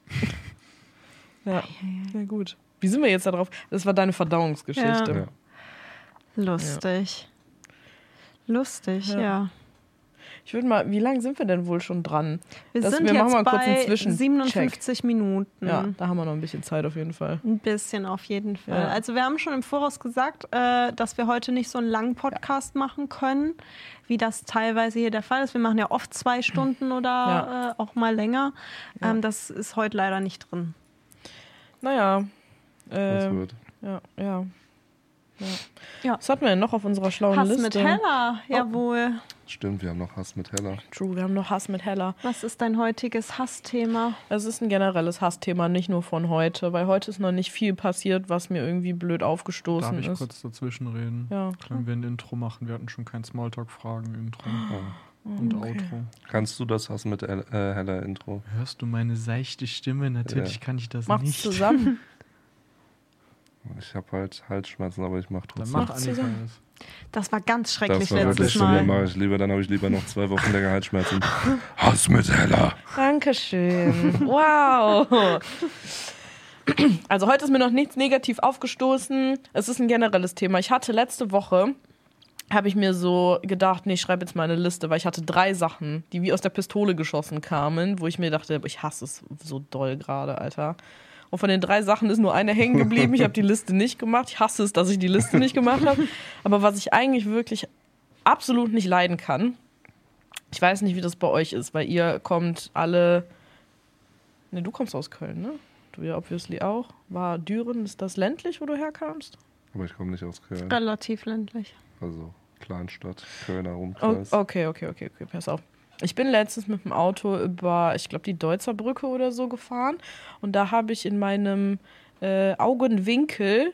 Ja, na gut. Wie sind wir jetzt da drauf? Das war deine Verdauungsgeschichte. Ja. Lustig. Lustig, Ja. ja. Ich würde mal, wie lange sind wir denn wohl schon dran? Wir Das- sind wir machen jetzt mal kurz einen bei Zwischencheck. 57 Minuten. Ja, da haben wir noch ein bisschen Zeit auf jeden Fall. Ein bisschen auf jeden Fall. Ja. Also wir haben schon im Voraus gesagt, dass wir heute nicht so einen langen Podcast machen können, wie das teilweise hier der Fall ist. Wir machen ja oft 2 Stunden oder auch mal länger. Ja. Das ist heute leider nicht drin. Naja. Das wird. Ja, ja. Ja. Was hatten wir denn noch auf unserer schlauen Hass Liste? mit Hella, jawohl. Stimmt, wir haben noch Hass mit Hella. True, wir haben noch Hass mit Hella. Was ist dein heutiges Hassthema? Es ist ein generelles Hassthema, nicht nur von heute, weil heute ist noch nicht viel passiert, was mir irgendwie blöd aufgestoßen Darf ich ist. kurz dazwischen reden? Ja. Können wir ein Intro machen? Wir hatten schon kein Smalltalk-Fragen-Intro und Outro. Kannst du das Hass mit Hella-Intro? Hörst du meine seichte Stimme? Natürlich kann ich das Macht's nicht. zusammen. Ich habe halt Halsschmerzen, aber ich mache Dann trotzdem. macht Macht's Annika zusammen. das. Das war ganz schrecklich Das war wirklich letztes schlimm, dann Mal. mache ich lieber, dann habe ich lieber noch 2 Wochen länger Halsschmerzen. Hass mit Hella. Dankeschön. Wow. Also heute ist mir noch nichts negativ aufgestoßen. Es ist ein generelles Thema. Ich hatte letzte Woche, habe ich mir so gedacht, nee, ich schreibe jetzt mal eine Liste, weil ich hatte 3 Sachen, die wie aus der Pistole geschossen kamen, wo ich mir dachte, ich hasse es so doll gerade, Alter. Und von den 3 Sachen ist nur eine hängen geblieben. Ich habe die Liste nicht gemacht. Ich hasse es, dass ich die Liste nicht gemacht habe. Aber was ich eigentlich wirklich absolut nicht leiden kann, ich weiß nicht, wie das bei euch ist, weil ihr kommt alle... Ne, du kommst aus Köln, ne? Du ja obviously auch. War Düren, ist das ländlich, wo du herkamst? Aber ich komme nicht aus Köln. Relativ ländlich. Also Kleinstadt, Kölner Umkreis. Okay, pass auf. Ich bin letztens mit dem Auto über, ich glaube, die Deutzer Brücke oder so gefahren. Und da habe ich in meinem Augenwinkel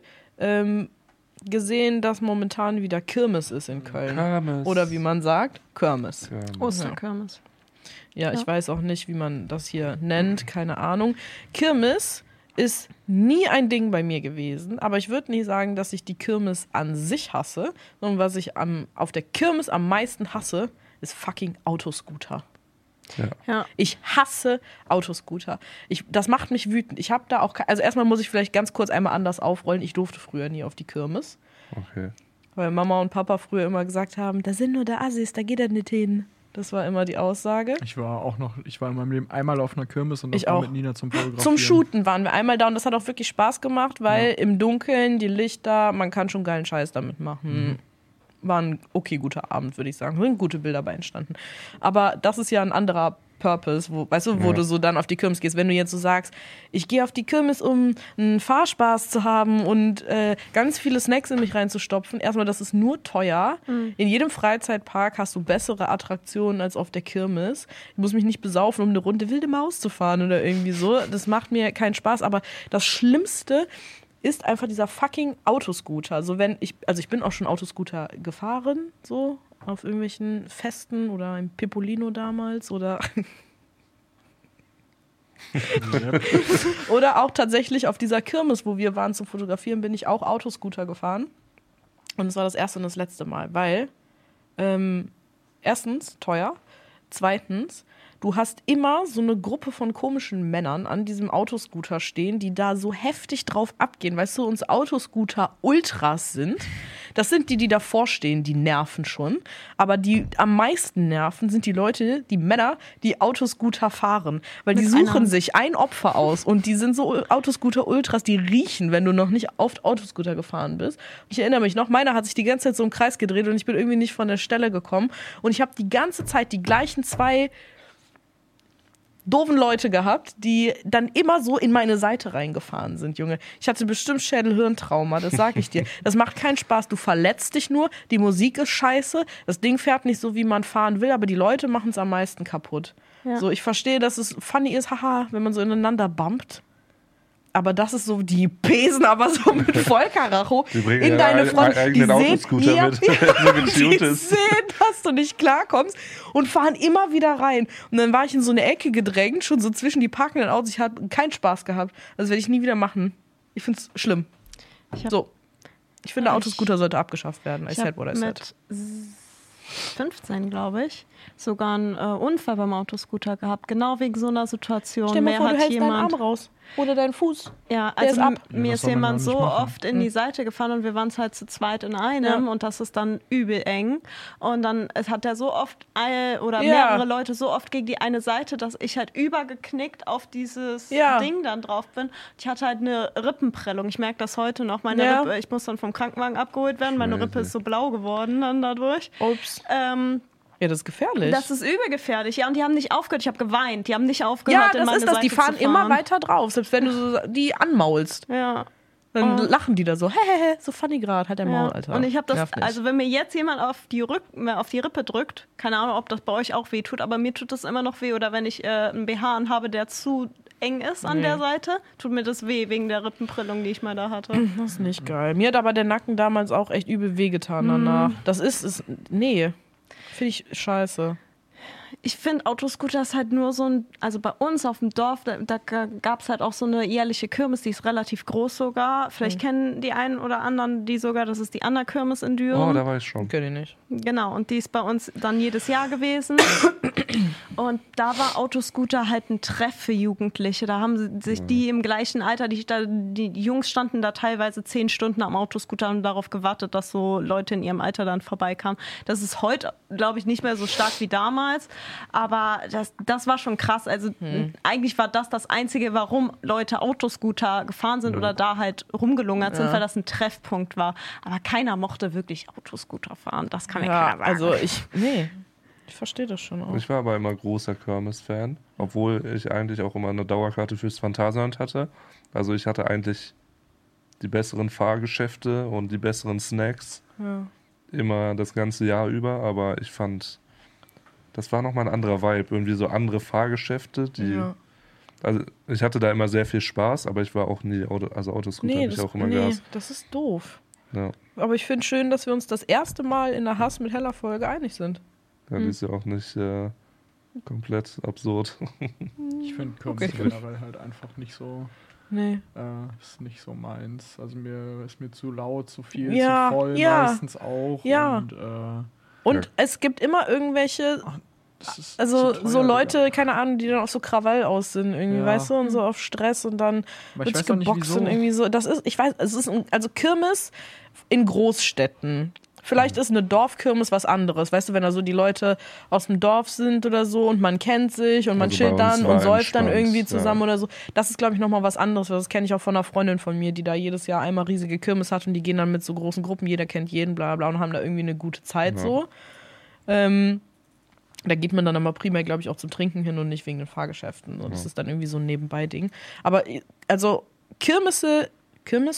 gesehen, dass momentan wieder Kirmes ist in Köln. Kirmes. Oder wie man sagt, Kirmes. Osterkirmes. Ja, ich weiß auch nicht, wie man das hier nennt, keine Ahnung. Kirmes ist nie ein Ding bei mir gewesen, aber ich würde nicht sagen, dass ich die Kirmes an sich hasse, sondern was ich auf der Kirmes am meisten hasse, ist fucking Autoscooter. Ja. Ich hasse Autoscooter. Das macht mich wütend. Ich habe da auch, also erstmal muss ich vielleicht ganz kurz einmal anders aufrollen. Ich durfte früher nie auf die Kirmes, Okay. weil Mama und Papa früher immer gesagt haben, da sind nur da Assis, da geht er nicht hin. Das war immer die Aussage. Ich war in meinem Leben einmal auf einer Kirmes und das Ich war auch. mit Nina zum Fotografieren. Zum Shooten waren wir einmal da und das hat auch wirklich Spaß gemacht, weil im Dunkeln, die Lichter, man kann schon geilen Scheiß damit machen. War ein guter Abend, würde ich sagen. Sind gute Bilder bei entstanden. Aber das ist ja ein anderer Purpose, wo du so dann auf die Kirmes gehst. Wenn du jetzt so sagst, ich gehe auf die Kirmes, um einen Fahrspaß zu haben und ganz viele Snacks in mich reinzustopfen. Erstmal, das ist nur teuer. In jedem Freizeitpark hast du bessere Attraktionen als auf der Kirmes. Ich muss mich nicht besaufen, um eine Runde wilde Maus zu fahren oder irgendwie so. Das macht mir keinen Spaß. Aber das Schlimmste ist einfach dieser fucking Autoscooter. Also ich bin auch schon Autoscooter gefahren, so auf irgendwelchen Festen oder im Pipolino damals oder oder auch tatsächlich auf dieser Kirmes, wo wir waren zum Fotografieren, bin ich auch Autoscooter gefahren. Und es war das erste und das letzte Mal, weil erstens teuer, zweitens du hast immer so eine Gruppe von komischen Männern an diesem Autoscooter stehen, die da so heftig drauf abgehen. Weißt du, uns Autoscooter-Ultras sind. Das sind die davor stehen, die nerven schon. Aber die am meisten nerven sind die Leute, die Männer, die Autoscooter fahren. Weil die suchen sich ein Opfer aus. Und die sind so Autoscooter-Ultras, die riechen, wenn du noch nicht oft Autoscooter gefahren bist. Und ich erinnere mich noch, meiner hat sich die ganze Zeit so im Kreis gedreht und ich bin irgendwie nicht von der Stelle gekommen. Und ich habe die ganze Zeit die gleichen 2 doofen Leute gehabt, die dann immer so in meine Seite reingefahren sind, Junge. Ich hatte bestimmt Schädel-Hirntrauma, das sag ich dir. Das macht keinen Spaß, du verletzt dich nur, die Musik ist scheiße, das Ding fährt nicht so, wie man fahren will, aber die Leute machen es am meisten kaputt. Ja. So, ich verstehe, dass es funny ist, haha, wenn man so ineinander bumpt. Aber das ist so, die pesen aber so mit Vollkaracho in deine Front. Die Autoscooter mit. Die sehen, dass du nicht klarkommst und fahren immer wieder rein. Und dann war ich in so eine Ecke gedrängt, schon so zwischen die parkenden Autos. Ich hatte keinen Spaß gehabt. Das werde ich nie wieder machen. Ich finde es schlimm. Ich finde, Autoscooter sollte abgeschafft werden. I said what I said. Mit 15, glaube ich, sogar einen Unfall beim Autoscooter gehabt. Genau wegen so einer Situation. Stell dir mal vor, du hältst deinen Arm raus. Oder deinen Fuß. Ja, also mir ist jemand so oft in die Seite gefahren und wir waren es halt zu zweit in einem und das ist dann übel eng. Und dann hat der so oft mehrere Leute so oft gegen die eine Seite, dass ich halt übergeknickt auf dieses Ding dann drauf bin. Ich hatte halt eine Rippenprellung. Ich merke das heute noch. Meine Rippe, ich muss dann vom Krankenwagen abgeholt werden. Meine Rippe ist so blau geworden dann dadurch. Ups. Ja, das ist gefährlich. Das ist übel gefährlich. Ja, und die haben nicht aufgehört. Ich habe geweint. Die haben nicht aufgehört, in meine Seite zu fahren. Ja, das ist das. Die fahren immer weiter drauf, selbst wenn du so die anmaulst. Ja. Dann lachen die da so, so funny gerade, halt der Maul, Alter. Und ich habe das, also wenn mir jetzt jemand auf die Rippe drückt, keine Ahnung, ob das bei euch auch weh tut, aber mir tut das immer noch weh. Oder wenn ich einen BH anhabe, der zu eng ist an der Seite, tut mir das weh, wegen der Rippenprellung, die ich mal da hatte. Das ist nicht geil. Mir hat aber der Nacken damals auch echt übel wehgetan danach. Das nee, finde ich scheiße. Ich finde, Autoscooter ist halt nur so ein, also bei uns auf dem Dorf, da gab es halt auch so eine jährliche Kirmes, die ist relativ groß sogar. Vielleicht kennen die einen oder anderen die sogar, das ist die Anna-Kirmes in Düren. Oh, da war ich schon. Kenn ich nicht. Genau, und die ist bei uns dann jedes Jahr gewesen. Und da war Autoscooter halt ein Treff für Jugendliche. Da haben sich die im gleichen Alter, die Jungs standen da teilweise 10 Stunden am Autoscooter und darauf gewartet, dass so Leute in ihrem Alter dann vorbeikamen. Das ist heute, glaube ich, nicht mehr so stark wie damals. Aber das war schon krass. Also eigentlich war das Einzige, warum Leute Autoscooter gefahren sind oder da halt rumgelungert sind, weil das ein Treffpunkt war. Aber keiner mochte wirklich Autoscooter fahren. Das kann mir keiner sagen. Also ich verstehe das schon auch. Ich war aber immer großer Kirmes-Fan, obwohl ich eigentlich auch immer eine Dauerkarte fürs Phantasialand hatte. Also ich hatte eigentlich die besseren Fahrgeschäfte und die besseren Snacks immer das ganze Jahr über, aber ich fand, das war nochmal ein anderer Vibe. Irgendwie so andere Fahrgeschäfte, also ich hatte da immer sehr viel Spaß, aber ich war auch nie, Autoscooter habe ich auch immer gehasst. Das ist doof. Ja. Aber ich finde schön, dass wir uns das erste Mal in der Hass mit Hella Folge einig sind. Ja, die ist ja auch nicht komplett absurd. Ich finde Kirmes generell halt einfach nicht so. Nee. Ist nicht so meins. Also ist mir zu laut, zu viel, Ja, zu voll ja. meistens auch. Ja. Und es gibt immer irgendwelche, also so Leute, keine Ahnung, die dann auch so Krawall aus sind irgendwie, weißt du, und so auf Stress und dann wird es geboxt und irgendwie so. Das ist, ich weiß, also Kirmes in Großstädten. Vielleicht ist eine Dorfkirmes was anderes, weißt du, wenn da so die Leute aus dem Dorf sind oder so und man kennt sich und man Also chillt dann und säuft dann irgendwie zusammen ja. oder so. Das ist, glaube ich, nochmal was anderes. Das kenne ich auch von einer Freundin von mir, die da jedes Jahr einmal riesige Kirmes hat und die gehen dann mit so großen Gruppen, jeder kennt jeden, bla bla, und haben da irgendwie eine gute Zeit so. Da geht man dann aber primär, glaube ich, auch zum Trinken hin und nicht wegen den Fahrgeschäften. Und das ist dann irgendwie so ein Nebenbei-Ding. Aber also Kirmen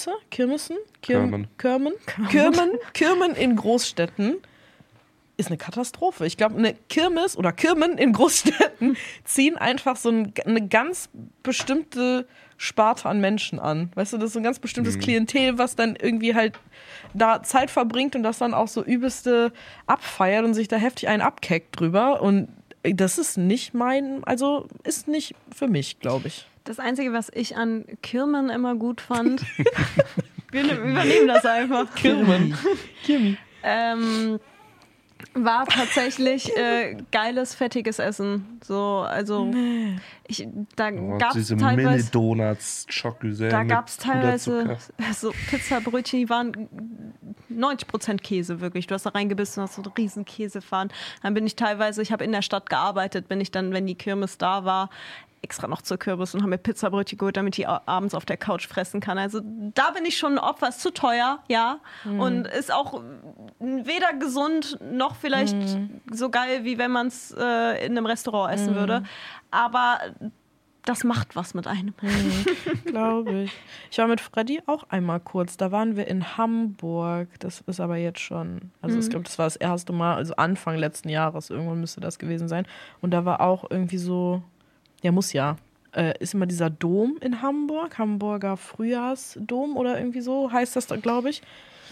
in Großstädten ist eine Katastrophe. Ich glaube, eine Kirmes oder Kirmen in Großstädten ziehen einfach so eine ganz bestimmte Sparte an Menschen an. Weißt du, das ist so ein ganz bestimmtes Klientel, was dann irgendwie halt da Zeit verbringt und das dann auch so übelste abfeiert und sich da heftig einen abkeckt drüber. Und das ist nicht ist nicht für mich, glaube ich. Das Einzige, was ich an Kirmen immer gut fand, wir übernehmen das einfach. Kirmen. War tatsächlich geiles, fettiges Essen. So, also da gab es diese teilweise Mini-Donuts, Schokolade. Da gab es teilweise so Pizzabrötchen, die waren 90% Käse, wirklich. Du hast da reingebissen, hast so einen riesen Käsefahren. Dann bin ich teilweise, ich habe in der Stadt gearbeitet, bin ich dann, wenn die Kirmes da war, extra noch zur Kürbis und haben mir Pizzabrötchen geholt, damit ich abends auf der Couch fressen kann. Also da bin ich schon ein Opfer. Ist zu teuer, ja. Und ist auch weder gesund noch vielleicht so geil, wie wenn man es in einem Restaurant essen würde. Aber das macht was mit einem. Glaube ich. Ich war mit Freddy auch einmal kurz. Da waren wir in Hamburg. Das ist aber jetzt schon, also ich glaube, das war das erste Mal, also Anfang letzten Jahres. Irgendwann müsste das gewesen sein. Und da war auch irgendwie so, ist immer dieser Dom in Hamburg, Hamburger Frühjahrsdom oder irgendwie so heißt das da, glaube ich.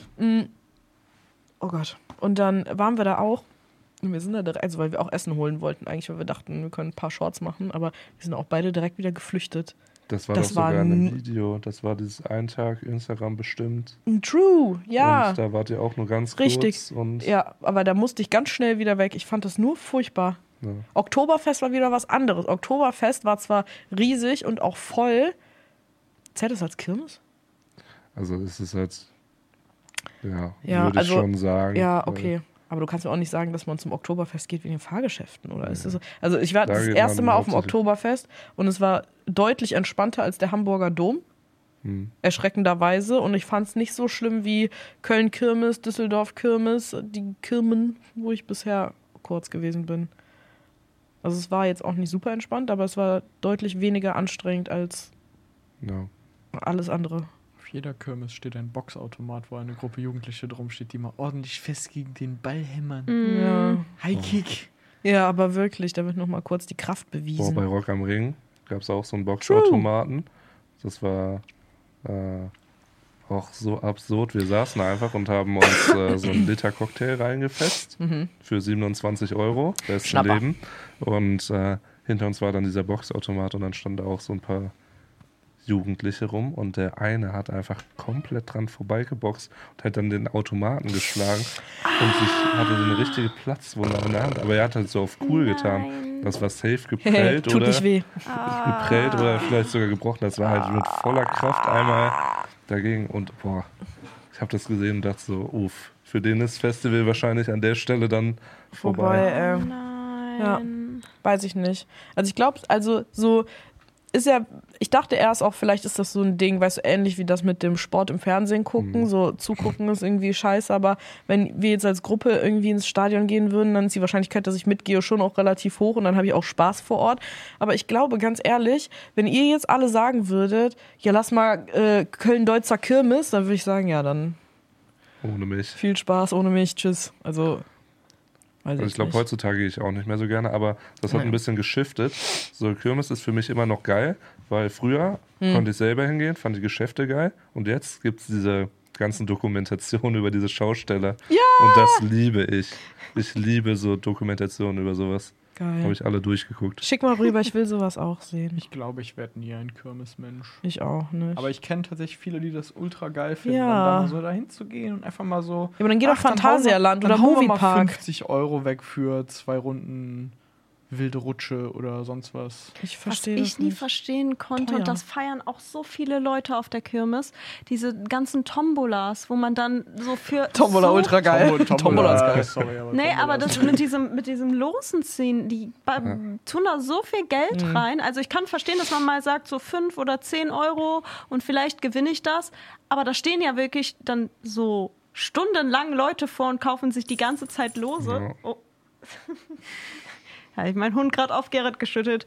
Oh Gott. Und dann waren wir da auch. Und wir sind da direkt, also weil wir auch Essen holen wollten eigentlich, weil wir dachten, wir können ein paar Shorts machen, aber wir sind auch beide direkt wieder geflüchtet. Das war doch sogar in einem Video. Das war dieses einen Tag Instagram bestimmt. True, ja. Und da wart ihr auch nur ganz richtig kurz. Und ja, aber da musste ich ganz schnell wieder weg. Ich fand das nur furchtbar. Ja. Oktoberfest war wieder was anderes. Oktoberfest war zwar riesig und auch voll. Zählt das als Kirmes? Also es ist halt, ja, würde ich schon sagen. Ja, okay. Aber du kannst mir auch nicht sagen, dass man zum Oktoberfest geht wegen den Fahrgeschäften, oder? Ist das so? Also ich war das erste Mal auf dem Oktoberfest und es war deutlich entspannter als der Hamburger Dom. Erschreckenderweise. Und ich fand es nicht so schlimm wie Köln-Kirmes, Düsseldorf-Kirmes, die Kirmen, wo ich bisher kurz gewesen bin. Also es war jetzt auch nicht super entspannt, aber es war deutlich weniger anstrengend als alles andere. Auf jeder Kirmes steht ein Boxautomat, wo eine Gruppe Jugendliche drum steht, die mal ordentlich fest gegen den Ball hämmern. Ja. High Kick. Ja, aber wirklich, da wird nochmal kurz die Kraft bewiesen. Bei Rock am Ring gab es auch so einen Boxautomaten. Das war auch so absurd. Wir saßen einfach und haben uns so einen Liter Cocktail reingefetzt für 27 €. Besten Schnapper. Leben. Und hinter uns war dann dieser Boxautomat und dann standen da auch so ein paar Jugendliche rum und der eine hat einfach komplett dran vorbeigeboxt und hat dann den Automaten geschlagen und hatte so eine richtige Platzwunde an der Hand. Aber er hat halt so auf cool getan. Das war safe geprellt Tut nicht weh. geprellt oder vielleicht sogar gebrochen. Das war halt mit voller Kraft einmal dagegen und boah, ich habe das gesehen und dachte so, uff, für den ist Festival wahrscheinlich an der Stelle dann vorbei. Nein. Ja, weiß ich nicht. Also ich glaube, so ist ja, ich dachte erst auch, vielleicht ist das so ein Ding, weißt du, ähnlich wie das mit dem Sport im Fernsehen gucken, so zugucken ist irgendwie scheiße, aber wenn wir jetzt als Gruppe irgendwie ins Stadion gehen würden, dann ist die Wahrscheinlichkeit, dass ich mitgehe, schon auch relativ hoch und dann habe ich auch Spaß vor Ort. Aber ich glaube, ganz ehrlich, wenn ihr jetzt alle sagen würdet, ja, lass mal Köln-Deutzer Kirmes, dann würde ich sagen, ja, dann Ohne mich. viel Spaß, ohne mich, tschüss. Also Ich glaube, heutzutage gehe ich auch nicht mehr so gerne, aber das hat ein bisschen geschiftet. So, Kirmes ist für mich immer noch geil, weil früher konnte ich selber hingehen, fand die Geschäfte geil und jetzt gibt es diese ganzen Dokumentationen über diese Schausteller. Ja! Und das liebe ich. Ich liebe so Dokumentationen über sowas. Geil. Habe ich alle durchgeguckt. Schick mal rüber, ich will sowas auch sehen. Ich glaube, ich werde nie ein Kirmesmensch. Ich auch nicht. Aber ich kenne tatsächlich viele, die das ultra geil finden, Ja. dann da mal so dahin zu gehen und einfach mal so. Ja, aber dann geh doch dann Phantasialand oder hauen wir mal Moviepark. 50 € weg für 2 Runden wilde Rutsche oder sonst was. Ich Was verstehe ich das nie nicht. verstehen konnte, Teuer. und das feiern auch so viele Leute auf der Kirmes, diese ganzen Tombolas, wo man dann so für Tombola so ultra geil. Tombola ist geil. Sorry, aber Nee, Tombola aber ist das mit diesem Losen ziehen, die tun da so viel Geld rein. Also ich kann verstehen, dass man mal sagt, so 5 oder 10 € und vielleicht gewinne ich das. Aber da stehen ja wirklich dann so stundenlang Leute vor und kaufen sich die ganze Zeit Lose. Ja. Oh. Ja, ich meinen Hund gerade auf Gerrit geschüttet.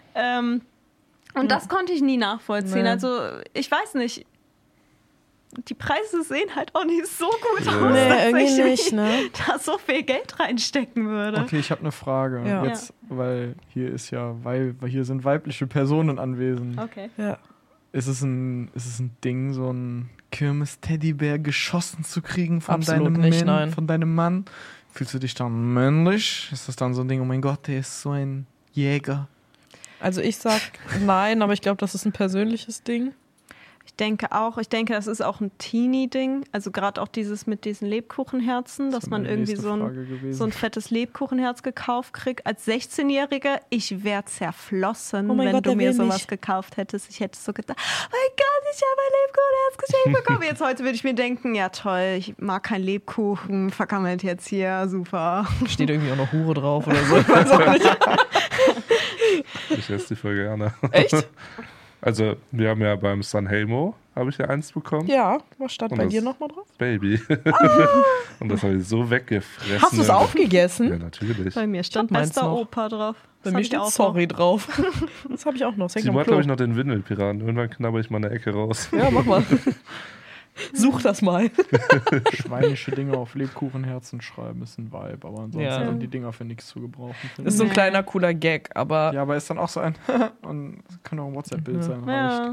Und das konnte ich nie nachvollziehen. Nee. Also ich weiß nicht. Die Preise sehen halt auch nicht so gut Ja. aus, Nee, dass irgendwie ich nicht, ne? da so viel Geld reinstecken würde. Okay, ich habe eine Frage. Ja. Jetzt, weil hier ist weil hier sind weibliche Personen anwesend. Okay. Ja. Ist es ein Ding, so ein Kirmes-Teddybär geschossen zu kriegen von Absolut nicht, nein. von deinem Mann? Fühlst du dich dann männlich? Ist das dann so ein Ding, oh mein Gott, der ist so ein Jäger? Also ich sag nein, aber ich glaube, das ist ein persönliches Ding. Ich denke, das ist auch ein Teenie-Ding. Also gerade auch dieses mit diesen Lebkuchenherzen, dass man irgendwie so ein fettes Lebkuchenherz gekauft kriegt. Als 16-Jährige, ich wäre zerflossen, Oh mein wenn Gott, du der mir will sowas mich. gekauft hättest. Ich hätte so gedacht, oh mein Gott, ich habe ein Lebkuchenherz geschenkt bekommen. Jetzt heute würde ich mir denken, ja toll, ich mag keinen Lebkuchen, vergammelt jetzt hier, super. Steht irgendwie auch noch Hure drauf oder so. Ich weiß auch nicht. Ich esse die voll gerne. Echt? Also, wir haben ja beim Sanremo, habe ich ja eins bekommen. Ja, was stand Und bei das- dir nochmal drauf? Baby. Und das habe ich so weggefressen. Hast du es Ja, aufgegessen? natürlich. Bei mir stand Ich hab meins bester noch. Opa drauf. Bei Das mir hab ich steht auch sorry drauf. Das habe ich auch noch. Das hängt Simon am hat, glaube Klo. ich, noch den Windelpiraten. Irgendwann knabber ich mal eine Ecke raus. Ja, mach mal. Such das mal. Schweinische Dinge auf Lebkuchenherzen schreiben ist ein Vibe, aber ansonsten Ja. sind die Dinger für nichts zu gebrauchen. finde Das ist so ein Nee. kleiner, cooler Gag, aber Ja, aber ist dann auch so ein und kann auch ein WhatsApp-Bild sein. Ja.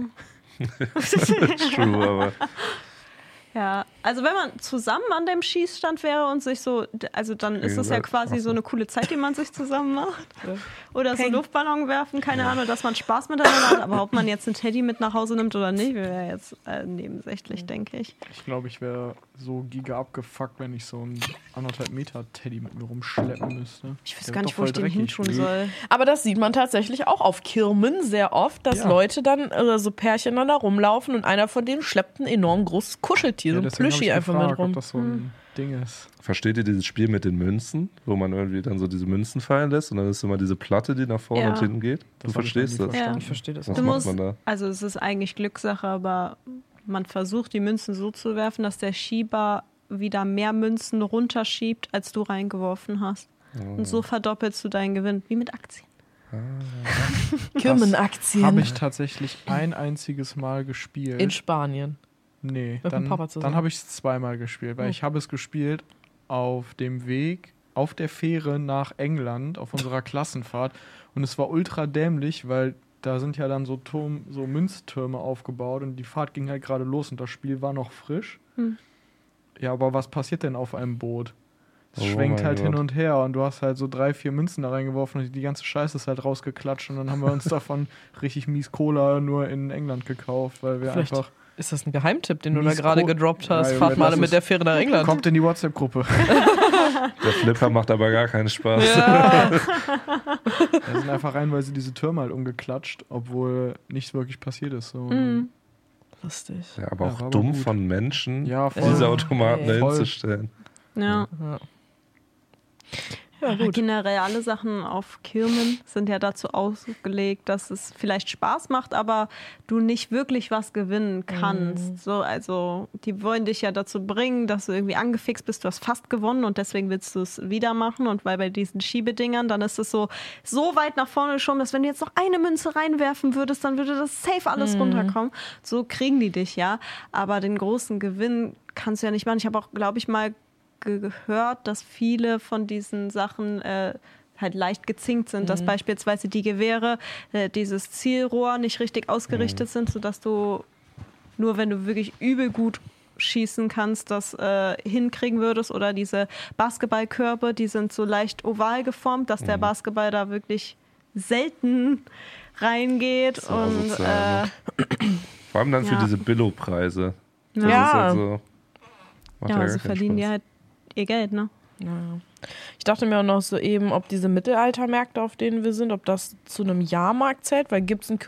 True, aber Ja, also wenn man zusammen an dem Schießstand wäre und sich so, also dann ist das ja quasi so eine coole Zeit, die man sich zusammen macht. Oder so Peng. Luftballon werfen, keine Ahnung, dass man Spaß miteinander hat. Aber ob man jetzt einen Teddy mit nach Hause nimmt oder nicht, wäre jetzt nebensächlich, denke ich. Ich glaube, ich wäre so giga abgefuckt, wenn ich so einen 1,5 Meter Teddy mit mir rumschleppen müsste. Ich weiß Der gar wird nicht, doch wo voll ich den dreckig. hintun soll. Aber das sieht man tatsächlich auch auf Kirmen sehr oft, dass Ja. Leute dann so Pärchen dann da rumlaufen und einer von denen schleppt ein enorm großes Kuscheltier, so ein deswegen hab Plüschi ich einfach gefragt, mit rum. ob das so ein Ding ist. versteht ihr dieses Spiel mit den Münzen, wo man irgendwie dann so diese Münzen fallen lässt und dann ist immer diese Platte, die nach vorne Ja. und hinten geht? Du Das hab ich verstehst noch das? nie Ja. verstanden. Ich verstehe das Was auch. macht man da? Also es ist eigentlich Glückssache, aber man versucht die Münzen so zu werfen, dass der Schieber wieder mehr Münzen runterschiebt, als du reingeworfen hast. Und so verdoppelst du deinen Gewinn, wie mit Aktien. Kirmenaktien Habe ich tatsächlich ein einziges Mal gespielt. in Spanien. Nee, Mit dem Papa zusammen. dann habe ich es zweimal gespielt, weil ich habe es gespielt auf dem Weg, auf der Fähre nach England, auf unserer Klassenfahrt. Und es war ultra dämlich, weil da sind ja dann so Münztürme aufgebaut und die Fahrt ging halt gerade los und das Spiel war noch frisch. Ja, aber was passiert denn auf einem Boot? Es schwenkt halt hin und her und du hast halt so 3, 4 Münzen da reingeworfen und die ganze Scheiße ist halt rausgeklatscht und dann haben wir uns davon richtig mies Cola nur in England gekauft, weil wir Vielleicht einfach... Ist das ein Geheimtipp, den du da Mies gerade Ko- gedroppt hast? Ja, Fahrt Junge, mal das mit ist- der Fähre nach England. Kommt in die WhatsApp-Gruppe. Der Flipper macht aber gar keinen Spaß. Ja. Wir sind einfach reihenweise diese Türme halt umgeklatscht, obwohl nichts wirklich passiert ist. So. Lustig. Ja, aber Ja, auch war aber dumm gut. von Menschen, Ja, voll. diese Automaten Ey. dahin zu stellen. Ja. Ja, gut. Generell alle Sachen auf Kirmen sind ja dazu ausgelegt, dass es vielleicht Spaß macht, aber du nicht wirklich was gewinnen kannst. So, also die wollen dich ja dazu bringen, dass du irgendwie angefixt bist, du hast fast gewonnen und deswegen willst du es wieder machen. Und weil bei diesen Schiebedingern, dann ist es so weit nach vorne geschoben, dass wenn du jetzt noch eine Münze reinwerfen würdest, dann würde das safe alles runterkommen. So kriegen die dich ja. Aber den großen Gewinn kannst du ja nicht machen. Ich habe auch, glaube ich, mal gehört, dass viele von diesen Sachen halt leicht gezinkt sind, dass beispielsweise die Gewehre, dieses Zielrohr nicht richtig ausgerichtet sind, sodass du nur, wenn du wirklich übel gut schießen kannst, das hinkriegen würdest, oder diese Basketballkörbe, die sind so leicht oval geformt, dass der Basketball da wirklich selten reingeht. So und asozial, vor allem dann für ja. diese Billo-Preise. Das Ja. ist halt so, macht ja, gar so keinen verdienen die Spaß. halt ihr Geld, ne? Ja. Ich dachte mir auch noch so eben, ob diese Mittelaltermärkte, auf denen wir sind, ob das zu einem Jahrmarkt zählt, weil gibt's einen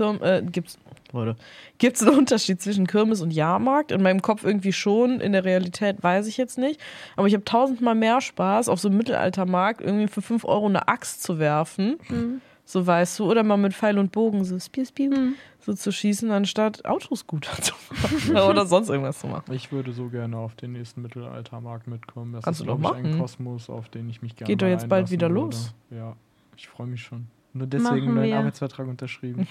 Unterschied zwischen Kirmes und Jahrmarkt? In meinem Kopf irgendwie schon, in der Realität weiß ich jetzt nicht. Aber ich habe 1000-mal mehr Spaß, auf so einem Mittelaltermarkt irgendwie für 5 Euro eine Axt zu werfen. So, weißt du, oder mal mit Pfeil und Bogen so so zu schießen, anstatt Autoscooter zu machen oder sonst irgendwas zu machen. Ich würde so gerne auf den nächsten Mittelaltermarkt mitkommen. Das Kannst ist, du doch glaub ich, ein machen. Kosmos, auf den ich mich gerne Geht doch jetzt bald einlassen wieder würde. los. Ja, ich freue mich schon. Nur deswegen Machen einen neuen wir. Arbeitsvertrag unterschrieben.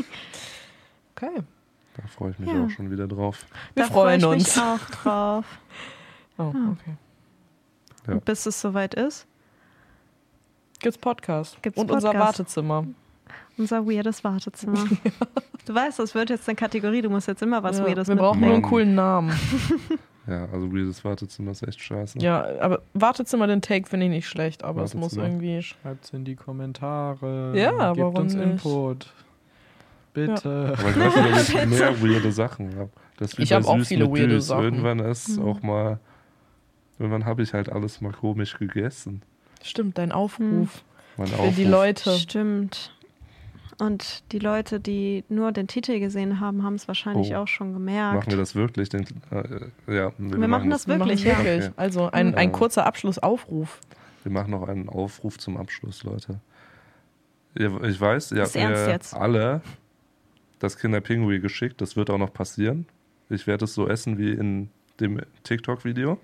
Okay. Da freue ich mich Ja. auch schon wieder drauf. Wir Da freu freuen ich uns. mich auch drauf. Oh, okay. Ja. Und bis es soweit ist, Gibt's Podcast. Gibt's und unser Podcast. Wartezimmer. unser weirdes Wartezimmer. Du weißt, das wird jetzt eine Kategorie, du musst jetzt immer was Ja, Weirdes wir brauchen nur einen Mann. coolen Namen. Ja, also dieses Wartezimmer ist echt scheiße. Ja, aber Wartezimmer, den Take finde ich nicht schlecht, aber es muss Wartezimmer. irgendwie... Schreibt's in die Kommentare. Ja, Gebt warum uns nicht? Input. Bitte. Aber ich weiß nicht, ob ich mehr weirde Sachen habe. Das ist wie Ich bei hab auch Süß viele mit weirde Düs. Sachen. Irgendwann ist auch mal... Irgendwann habe ich halt alles mal komisch gegessen. Stimmt, dein Aufruf Mein für Aufruf. die Leute. Stimmt. Und die Leute, die nur den Titel gesehen haben, haben es wahrscheinlich Oh. auch schon gemerkt. Machen wir das wirklich? Ja, Wir machen das Wir machen wirklich, es ja. wirklich. Okay. Also ein kurzer Abschlussaufruf. Wir machen noch einen Aufruf zum Abschluss, Leute. Ich weiß, ihr habt Ist ernst mir jetzt? alle das Kinderpingui geschickt. Das wird auch noch passieren. Ich werde es so essen wie in dem TikTok-Video.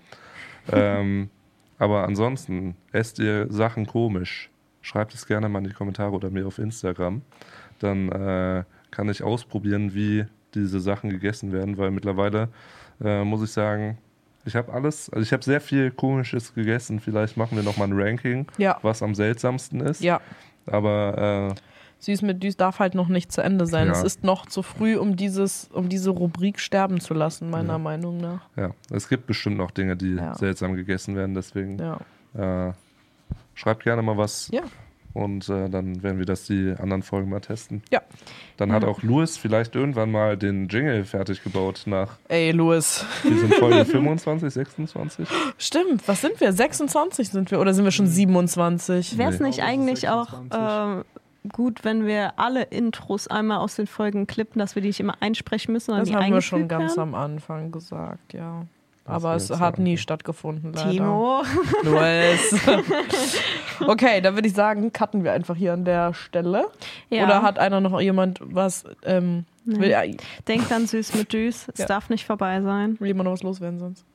Aber ansonsten, esst ihr Sachen komisch? Schreibt es gerne mal in die Kommentare oder mir auf Instagram. Dann kann ich ausprobieren, wie diese Sachen gegessen werden, weil mittlerweile muss ich sagen, ich habe sehr viel Komisches gegessen. Vielleicht machen wir nochmal ein Ranking, Ja. was am seltsamsten ist. Ja. Aber Süß mit Düs darf halt noch nicht zu Ende sein. Ja. Es ist noch zu früh, um diese Rubrik sterben zu lassen, meiner Ja. Meinung nach. ja, es gibt bestimmt noch Dinge, die Ja. seltsam gegessen werden. Deswegen Ja. schreibt gerne mal was. Ja. Und dann werden wir das die anderen Folgen mal testen. Ja. Dann hat auch Louis vielleicht irgendwann mal den Jingle fertig gebaut nach Ey, Louis. wir sind Folge 25, 26. Stimmt, was sind wir? 26 sind wir oder sind wir schon 27? Wäre es Nee. nicht Ich glaube, es eigentlich ist auch 26. gut, wenn wir alle Intros einmal aus den Folgen klippen, dass wir die nicht immer einsprechen müssen, sondern Das die haben wir schon eingefügt ganz werden? am Anfang gesagt, ja. Das Aber wär es jetzt hat nie einfach. stattgefunden, leider. Timo. Louis. Okay, dann würde ich sagen, cutten wir einfach hier an der Stelle. Ja. Oder hat einer noch jemand was, will Denkt an Süß mit Düs. Es Ja. darf nicht vorbei sein. jemand noch was loswerden sonst?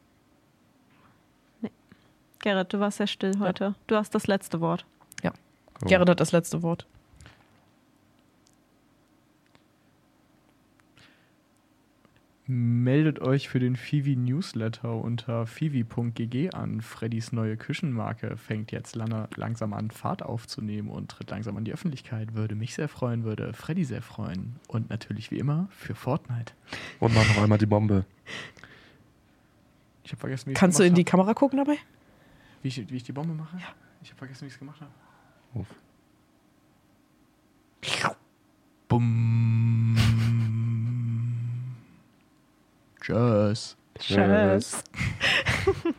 Gerrit, du warst sehr still heute. Du hast das letzte Wort. Cool. Gerrit hat das letzte Wort. Meldet euch für den Fivi Newsletter unter fivi.gg an. Freddys neue Küchenmarke fängt jetzt langsam an, Fahrt aufzunehmen und tritt langsam an die Öffentlichkeit. Würde mich sehr freuen, würde Freddy sehr freuen. Und natürlich wie immer für Fortnite. Und mach noch einmal die Bombe. Ich habe vergessen, wie ich Kannst du in die Kamera gucken dabei? Wie ich die Bombe mache? Ja. Ich habe vergessen, wie ich es gemacht habe. Uff. Bumm. Tschüss. Tschüss.